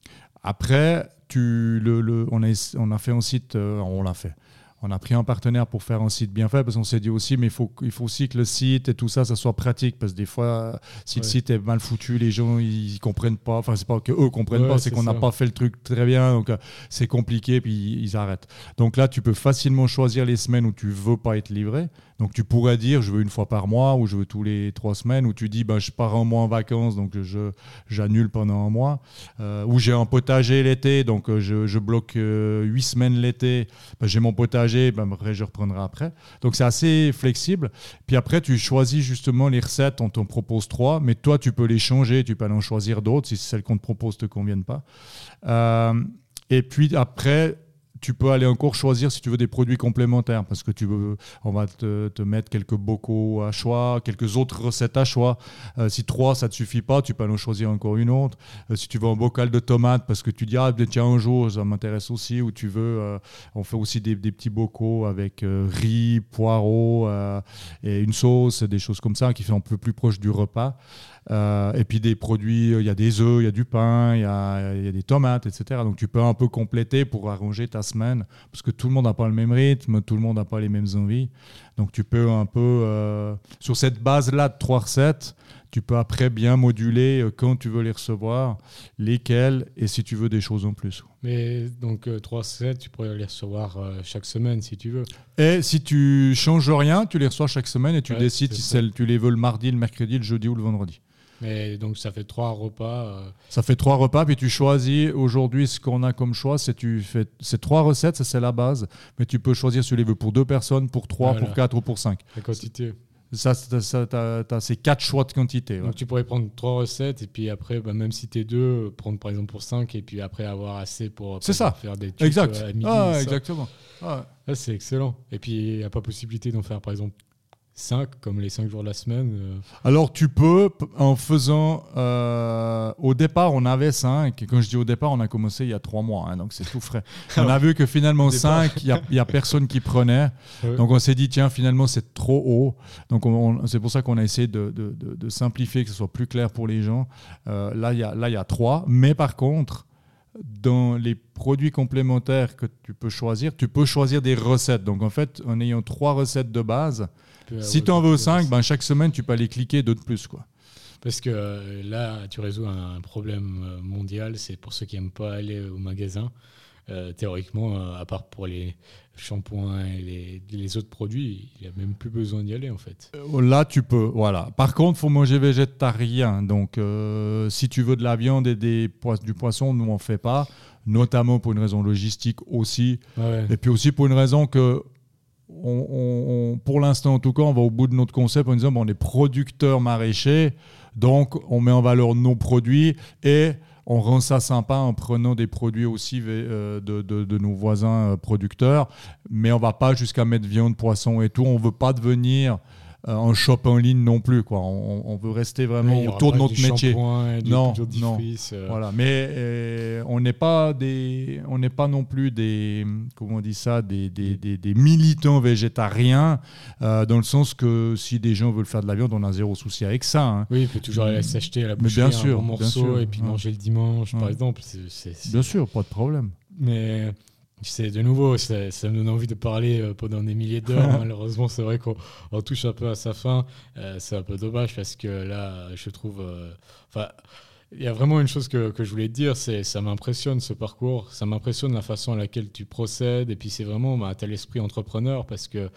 Après, tu, le, le, on, a, on a fait un site, euh, on l'a fait. On a pris un partenaire pour faire un site bien fait parce qu'on s'est dit aussi, mais il faut, il faut aussi que le site et tout ça, ça soit pratique parce que des fois, si ouais. le site est mal foutu, les gens ils comprennent pas. Enfin, c'est pas que eux comprennent ouais, pas, c'est, c'est qu'on n'a pas fait le truc très bien, donc euh, c'est compliqué puis ils arrêtent. Donc là, tu peux facilement choisir les semaines où tu veux pas être livré. Donc tu pourrais dire, je veux une fois par mois ou je veux tous les trois semaines, ou tu dis, ben, je pars un mois en vacances, donc je, j'annule pendant un mois. Euh, ou j'ai un potager l'été, donc euh, je, je bloque euh, huit semaines l'été. Ben, j'ai mon potager, ben, après, je reprendrai après. Donc c'est assez flexible. Puis après, tu choisis justement les recettes, on t'en propose trois, mais toi, tu peux les changer, tu peux aller en choisir d'autres si celles qu'on te propose ne te conviennent pas. Euh, et puis après... tu peux aller encore choisir si tu veux des produits complémentaires parce que tu veux, on va te, te mettre quelques bocaux à choix, quelques autres recettes à choix. Euh, si trois, ça ne te suffit pas, tu peux aller en choisir encore une autre. Euh, si tu veux un bocal de tomates parce que tu dis, ah, tiens, un jour, ça m'intéresse aussi, ou tu veux, euh, on fait aussi des, des petits bocaux avec euh, riz, poireaux euh, et une sauce, des choses comme ça qui sont un peu plus proches du repas. Euh, et puis des produits, il y a des œufs, il y a du pain, il y a, il y a des tomates, et cetera. Donc tu peux un peu compléter pour arranger ta semaine, parce que tout le monde n'a pas le même rythme, tout le monde n'a pas les mêmes envies. Donc tu peux un peu, euh, sur cette base-là de trois recettes, tu peux après bien moduler quand tu veux les recevoir, lesquelles, et si tu veux des choses en plus. Mais donc euh, trois recettes, tu pourrais les recevoir euh, chaque semaine si tu veux. Et si tu changes rien, tu les reçois chaque semaine et tu ouais, décides si celle, tu les veux le mardi, le mercredi, le jeudi ou le vendredi. Mais donc ça fait trois repas. Euh... Ça fait trois repas, puis tu choisis aujourd'hui ce qu'on a comme choix, c'est tu fais c'est trois recettes, ça c'est la base, mais tu peux choisir si tu les veux pour deux personnes, pour trois, voilà. Pour quatre ou pour cinq. La quantité. Ça, ça, ça t'as, t'as ces quatre choix de quantité. Ouais. Donc tu pourrais prendre trois recettes et puis après, bah, même si t'es deux, prendre par exemple pour cinq et puis après avoir assez pour, pour c'est ça. faire des trucs exact. à midi. Ah, exactement. Ah. Ah, c'est excellent. Et puis il n'y a pas possibilité d'en faire par exemple cinq, comme les cinq jours de la semaine. Euh... Alors tu peux, en faisant... Euh, au départ, on avait cinq. Et quand je dis au départ, on a commencé il y a trois mois. Hein, donc c'est tout frais. On a vu que finalement cinq, il n'y a, a personne qui prenait. Ouais. Donc on s'est dit, tiens, finalement c'est trop haut. Donc on, on, c'est pour ça qu'on a essayé de, de, de, de simplifier, que ce soit plus clair pour les gens. Euh, là, il y a, là, il y a trois. Mais par contre... dans les produits complémentaires que tu peux choisir, tu peux choisir des recettes. Donc en fait, en ayant trois recettes de base, si tu en veux cinq, ben, chaque semaine, tu peux aller cliquer deux de plus, quoi. Parce que euh, là, tu résous un problème mondial, c'est pour ceux qui n'aiment pas aller au magasin. Euh, théoriquement, euh, à part pour les shampoings et les, les autres produits, il n'y a même plus besoin d'y aller en fait. Là, tu peux, voilà. Par contre, il faut manger végétarien. Donc, euh, si tu veux de la viande et des po- du poisson, nous, on ne fait pas, notamment pour une raison logistique aussi. Ouais. Et puis aussi pour une raison que, on, on, on, pour l'instant en tout cas, on va au bout de notre concept en disant, bon, on est producteurs maraîchers, donc on met en valeur nos produits et on rend ça sympa en prenant des produits aussi euh, de, de, de nos voisins euh, producteurs, mais on ne va pas jusqu'à mettre viande, poisson et tout. On ne veut pas devenir euh, un shop en ligne non plus, quoi. On, on veut rester vraiment oui, autour de notre métier. Du, non, du non. Fries, euh... Voilà. Mais euh, on n'est pas des, on n'est pas non plus des, comment on dit ça, des, des, des, des militants végétariens, euh, dans le sens que si des gens veulent faire de la viande, on a zéro souci avec ça. Hein. Oui, il peut toujours aller s'acheter à la boucherie bien sûr, un bon morceau sûr, et puis ouais. manger le dimanche, ouais. par exemple. C'est, c'est, c'est... Bien sûr, pas de problème. Mais c'est de nouveau, ça, ça me donne envie de parler pendant des milliers d'heures. Malheureusement, c'est vrai qu'on on touche un peu à sa fin. Euh, c'est un peu dommage parce que là, je trouve... Euh, enfin, il y a vraiment une chose que, que je voulais te dire, c'est ça m'impressionne ce parcours, ça m'impressionne la façon à laquelle tu procèdes et puis c'est vraiment, bah, tu as l'esprit entrepreneur parce que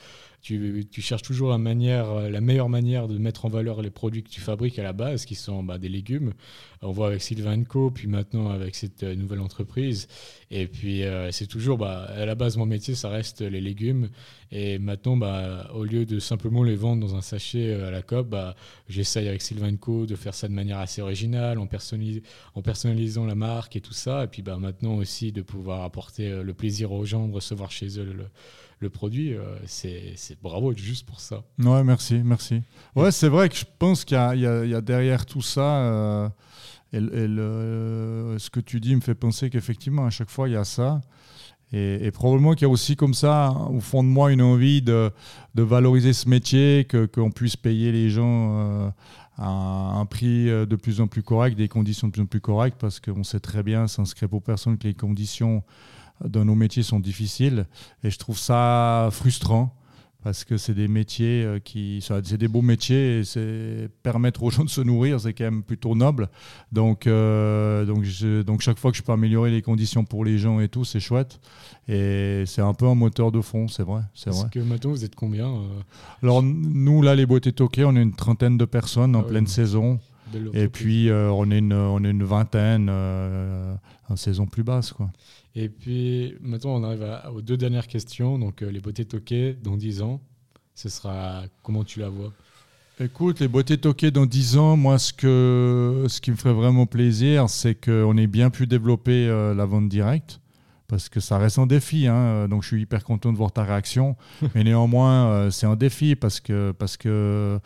tu, tu cherches toujours la, manière, la meilleure manière de mettre en valeur les produits que tu fabriques à la base, qui sont bah, des légumes. On voit avec Sylvain and Co, puis maintenant avec cette euh, nouvelle entreprise. Et puis, euh, c'est toujours, bah, à la base, mon métier, ça reste les légumes. Et maintenant, bah, au lieu de simplement les vendre dans un sachet à la coop, bah, j'essaye avec Sylvain and Co de faire ça de manière assez originale, en, personnalise, en personnalisant la marque et tout ça. Et puis bah, maintenant aussi de pouvoir apporter le plaisir aux gens de recevoir chez eux le, le produit. Euh, c'est, c'est bravo juste pour ça. Ouais, merci, merci. Ouais, c'est vrai que je pense qu'il y a, il y a, il y a derrière tout ça... Euh, et, et le, ce que tu dis me fait penser qu'effectivement, à chaque fois, il y a ça. Et, et probablement qu'il y a aussi comme ça, au fond de moi, une envie de, de valoriser ce métier, que, qu'on puisse payer les gens euh, à un prix de plus en plus correct, des conditions de plus en plus correctes, parce qu'on sait très bien, sans secret pour personne, que les conditions dans nos métiers sont difficiles. Et je trouve ça frustrant. Parce que c'est des métiers qui, c'est des beaux métiers et c'est permettre aux gens de se nourrir, c'est quand même plutôt noble. Donc, euh, donc, je, donc chaque fois que je peux améliorer les conditions pour les gens et tout, c'est chouette. Et c'est un peu un moteur de fond, c'est vrai. C'est Parce vrai. que maintenant, vous êtes combien euh... Alors nous, là, les Beautés Toquées, on est une trentaine de personnes en ah, pleine oui. saison. Et puis, euh, on, est une, on est une vingtaine euh, en saison plus basse, quoi. Et puis, maintenant, on arrive à, aux deux dernières questions. Donc, euh, les Beautés Toquées, dans dix ans, ce sera comment tu la vois ? Écoute, les Beautés Toquées dans dix ans, moi, ce, que, ce qui me ferait vraiment plaisir, c'est qu'on ait bien pu développer euh, la vente directe. Parce que ça reste un défi, hein. Donc je suis hyper content de voir ta réaction. Mais néanmoins, euh, c'est un défi parce que parce que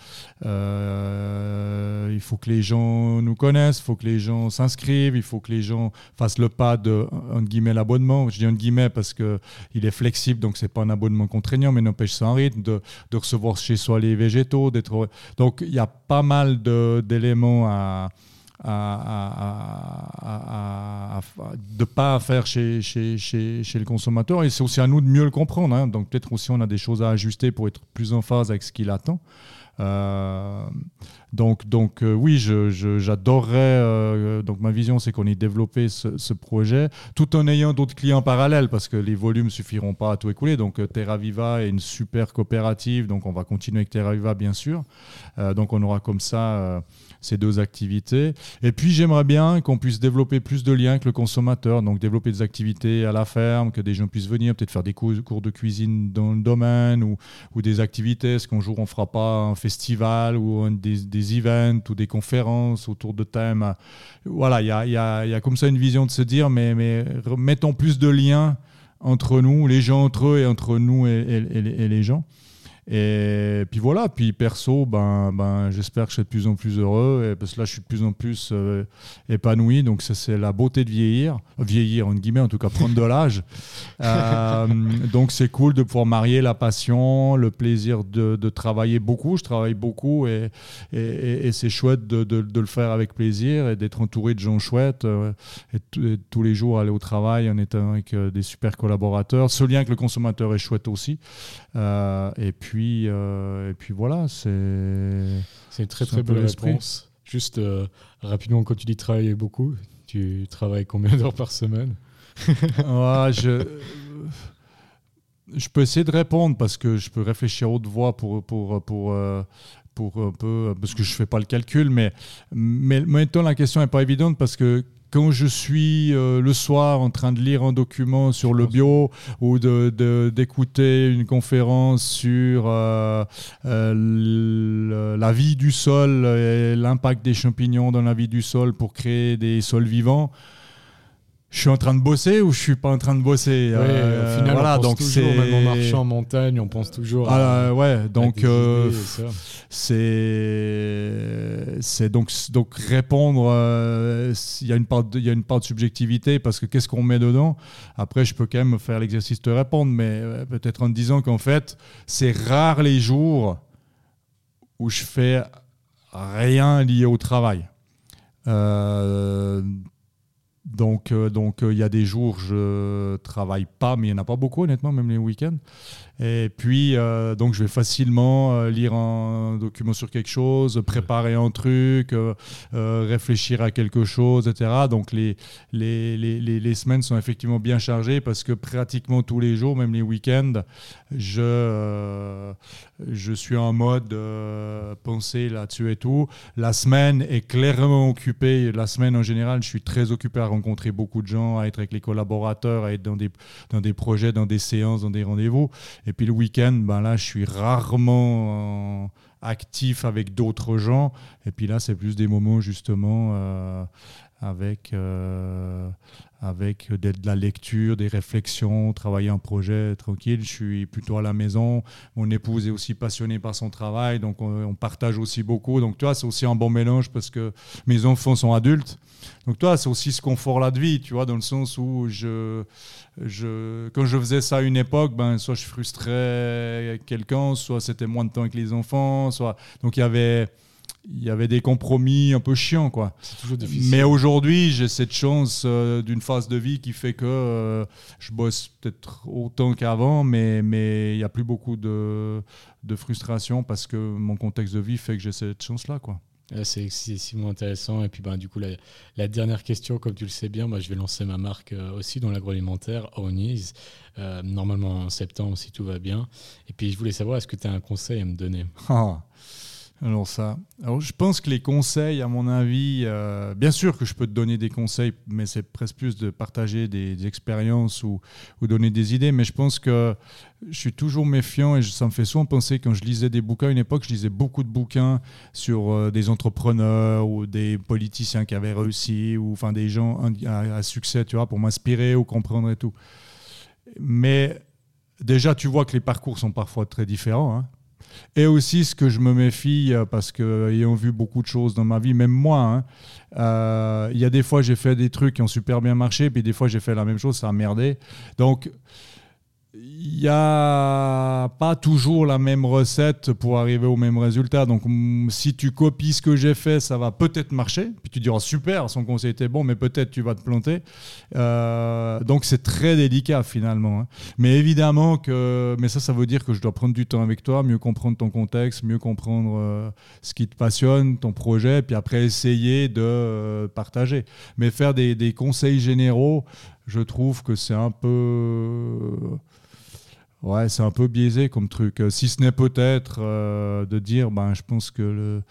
euh, il faut que les gens nous connaissent, il faut que les gens s'inscrivent, il faut que les gens fassent le pas de entre guillemets l'abonnement. Je dis entre guillemets parce que il est flexible, donc c'est pas un abonnement contraignant, mais n'empêche c'est un rythme de, de recevoir chez soi les végétaux, d'être. Donc il y a pas mal de, d'éléments à À, à, à, à, à, de pas à faire chez, chez, chez, chez le consommateur, et c'est aussi à nous de mieux le comprendre, hein. Donc peut-être aussi on a des choses à ajuster pour être plus en phase avec ce qu'il attend. Euh, donc donc euh, oui, je, je, j'adorerais euh, donc ma vision, c'est qu'on ait développé ce, ce projet tout en ayant d'autres clients parallèles, parce que les volumes suffiront pas à tout écouler. Donc Terra Viva est une super coopérative, donc on va continuer avec Terra Viva bien sûr. Euh, donc on aura comme ça euh, ces deux activités. Et puis j'aimerais bien qu'on puisse développer plus de liens avec le consommateur, donc développer des activités à la ferme, que des gens puissent venir, peut-être faire des cours, cours de cuisine dans le domaine, ou, ou des activités. Est-ce qu'un jour on fera pas un festival ou un, des, des events ou des conférences autour de thèmes? Voilà, il y a, y a, y a comme ça une vision de se dire, mais, mais mettons plus de liens entre nous, les gens entre eux et entre nous et, et, et, et les gens. Et puis voilà, puis perso, ben, ben, j'espère que je serai de plus en plus heureux, et parce que là je suis de plus en plus euh, épanoui, donc ça, c'est la beauté de vieillir, vieillir en guillemets, en tout cas prendre de l'âge. euh, donc c'est cool de pouvoir marier la passion, le plaisir de, de travailler beaucoup, je travaille beaucoup et, et, et, et c'est chouette de, de, de le faire avec plaisir et d'être entouré de gens chouettes, euh, et, t- et tous les jours aller au travail en étant avec euh, des super collaborateurs. Ce lien avec le consommateur est chouette aussi. Euh, et puis Euh, et puis voilà, c'est... C'est une très très belle réponse. Juste euh, rapidement, quand tu dis travailler beaucoup, tu travailles combien d'heures par semaine? ouais, je... je peux essayer de répondre parce que je peux réfléchir haute voix pour, pour, pour, euh, pour un peu, parce que je ne fais pas le calcul, mais, mais maintenant la question n'est pas évidente parce que quand je suis euh, le soir en train de lire un document sur le bio ou de, de, d'écouter une conférence sur euh, euh, le, la vie du sol et l'impact des champignons dans la vie du sol pour créer des sols vivants, je suis en train de bosser ou je suis pas en train de bosser? Oui, euh, au final, voilà, on pense donc toujours, c'est... même en marchant en montagne, on pense toujours à... Ah, ouais, donc euh, ça. c'est c'est donc donc répondre. Il euh, y a une part il y a une part de subjectivité parce que qu'est-ce qu'on met dedans? Après, je peux quand même faire l'exercice de répondre, mais euh, peut-être en disant qu'en fait, c'est rare les jours où je fais rien lié au travail. Euh, Donc, euh, donc, il euh, y a des jours où je travaille pas, mais il n'y en a pas beaucoup, honnêtement, même les week-ends. Et puis, euh, donc, je vais facilement euh, lire un document sur quelque chose, préparer un truc, euh, euh, réfléchir à quelque chose, et cetera. Donc, les, les, les, les, les semaines sont effectivement bien chargées parce que pratiquement tous les jours, même les week-ends, je, euh, je suis en mode euh, pensée là-dessus et tout. La semaine est clairement occupée. La semaine, en général, je suis très occupé à rencontrer beaucoup de gens, à être avec les collaborateurs, à être dans des, dans des projets, dans des séances, dans des rendez-vous. Et puis le week-end, ben là, je suis rarement euh, actif avec d'autres gens. Et puis là, c'est plus des moments justement euh, avec, euh, avec de, de la lecture, des réflexions, travailler un projet tranquille. Je suis plutôt à la maison. Mon épouse est aussi passionnée par son travail, donc on, on partage aussi beaucoup. Donc tu vois, c'est aussi un bon mélange parce que mes enfants sont adultes. Donc toi, c'est aussi ce confort-là de vie, tu vois, dans le sens où je, je, quand je faisais ça à une époque, ben, soit je frustrais quelqu'un, soit c'était moins de temps avec les enfants, soit... Donc il y avait, il y avait des compromis un peu chiants, quoi. C'est toujours difficile. Mais aujourd'hui, j'ai cette chance euh, d'une phase de vie qui fait que euh, je bosse peut-être autant qu'avant, mais mais il n'y a plus beaucoup de, de frustration parce que mon contexte de vie fait que j'ai cette chance-là, quoi. C'est excessivement intéressant. Et puis, ben, du coup, la, la dernière question, comme tu le sais bien, moi, je vais lancer ma marque euh, aussi dans l'agroalimentaire, Ownies, euh, normalement en septembre, si tout va bien. Et puis, je voulais savoir, est-ce que tu as un conseil à me donner? Ah. Alors ça, alors je pense que les conseils, à mon avis, euh, bien sûr que je peux te donner des conseils, mais c'est presque plus de partager des, des expériences ou, ou donner des idées. Mais je pense que je suis toujours méfiant et ça me fait souvent penser quand je lisais des bouquins. À une époque, je lisais beaucoup de bouquins sur euh, des entrepreneurs ou des politiciens qui avaient réussi ou enfin des gens à, à succès, tu vois, pour m'inspirer ou comprendre et tout. Mais déjà, tu vois que les parcours sont parfois très différents, hein. Et aussi, ce que je me méfie, parce qu'ayant vu beaucoup de choses dans ma vie, même moi, hein, euh, il y a des fois, j'ai fait des trucs qui ont super bien marché, puis des fois, j'ai fait la même chose, ça a merdé. Donc, il n'y a pas toujours la même recette pour arriver au même résultat. Donc, si tu copies ce que j'ai fait, ça va peut-être marcher. Puis tu diras, super, son conseil était bon, mais peut-être tu vas te planter. Euh, donc, c'est très délicat finalement, hein. Mais évidemment que... Mais ça, ça veut dire que je dois prendre du temps avec toi, mieux comprendre ton contexte, mieux comprendre euh, ce qui te passionne, ton projet, puis après essayer de euh, partager. Mais faire des, des conseils généraux, je trouve que c'est un peu... Ouais, c'est un peu biaisé comme truc. Si ce n'est peut-être euh, de dire, ben, je pense que le,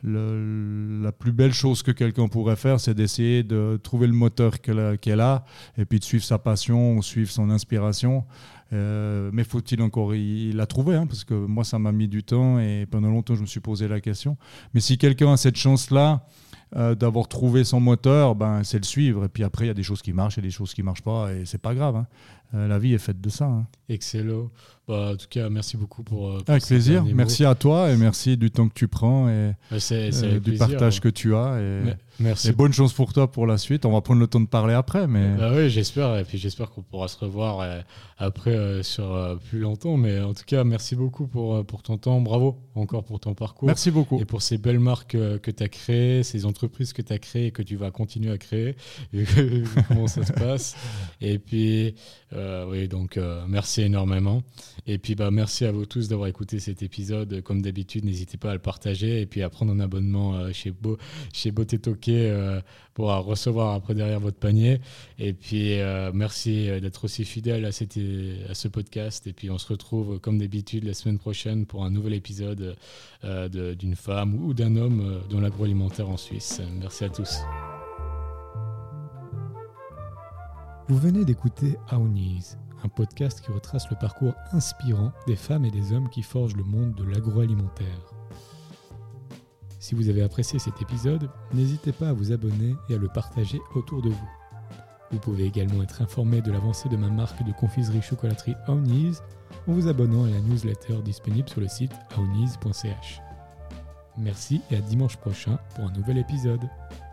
le, la plus belle chose que quelqu'un pourrait faire, c'est d'essayer de trouver le moteur qu'elle a, qu'elle a et puis de suivre sa passion ou suivre son inspiration. Euh, mais faut-il encore y, la trouver, hein, parce que moi, ça m'a mis du temps et pendant longtemps, je me suis posé la question. Mais si quelqu'un a cette chance-là, Euh, d'avoir trouvé son moteur, ben, c'est le suivre. Et puis après, il y a des choses qui marchent et des choses qui ne marchent pas. Et c'est pas grave, hein. Euh, la vie est faite de ça, hein. Excellent. Bah, en tout cas, merci beaucoup pour, pour Avec plaisir. Merci mots. à toi et merci du temps que tu prends et c'est, c'est euh, du plaisir, partage ouais. que tu as. Et, Mais, merci. Et bonne chance pour toi pour la suite. On va prendre le temps de parler après. Mais... Bah oui, j'espère. Et puis j'espère qu'on pourra se revoir euh, après euh, sur euh, plus longtemps. Mais en tout cas, merci beaucoup pour, euh, pour ton temps. Bravo encore pour ton parcours. Merci beaucoup. Et pour ces belles marques euh, que tu as créées, ces entreprises que tu as créées et que tu vas continuer à créer. Comment ça se passe. Et puis, euh, oui, donc euh, merci énormément. Et puis, bah, merci à vous tous d'avoir écouté cet épisode. Comme d'habitude, n'hésitez pas à le partager et puis à prendre un abonnement euh, chez, Bo, chez Beauté Toqué euh, pour recevoir après derrière votre panier. Et puis, euh, merci d'être aussi fidèle à, cette, à ce podcast. Et puis, on se retrouve comme d'habitude la semaine prochaine pour un nouvel épisode euh, de, d'une femme ou d'un homme euh, dans l'agroalimentaire en Suisse. Merci à tous. Vous venez d'écouter Ownies, un podcast qui retrace le parcours inspirant des femmes et des hommes qui forgent le monde de l'agroalimentaire. Si vous avez apprécié cet épisode, n'hésitez pas à vous abonner et à le partager autour de vous. Vous pouvez également être informé de l'avancée de ma marque de confiserie-chocolaterie Ownies en vous abonnant à la newsletter disponible sur le site ownies point c h. Merci et à dimanche prochain pour un nouvel épisode.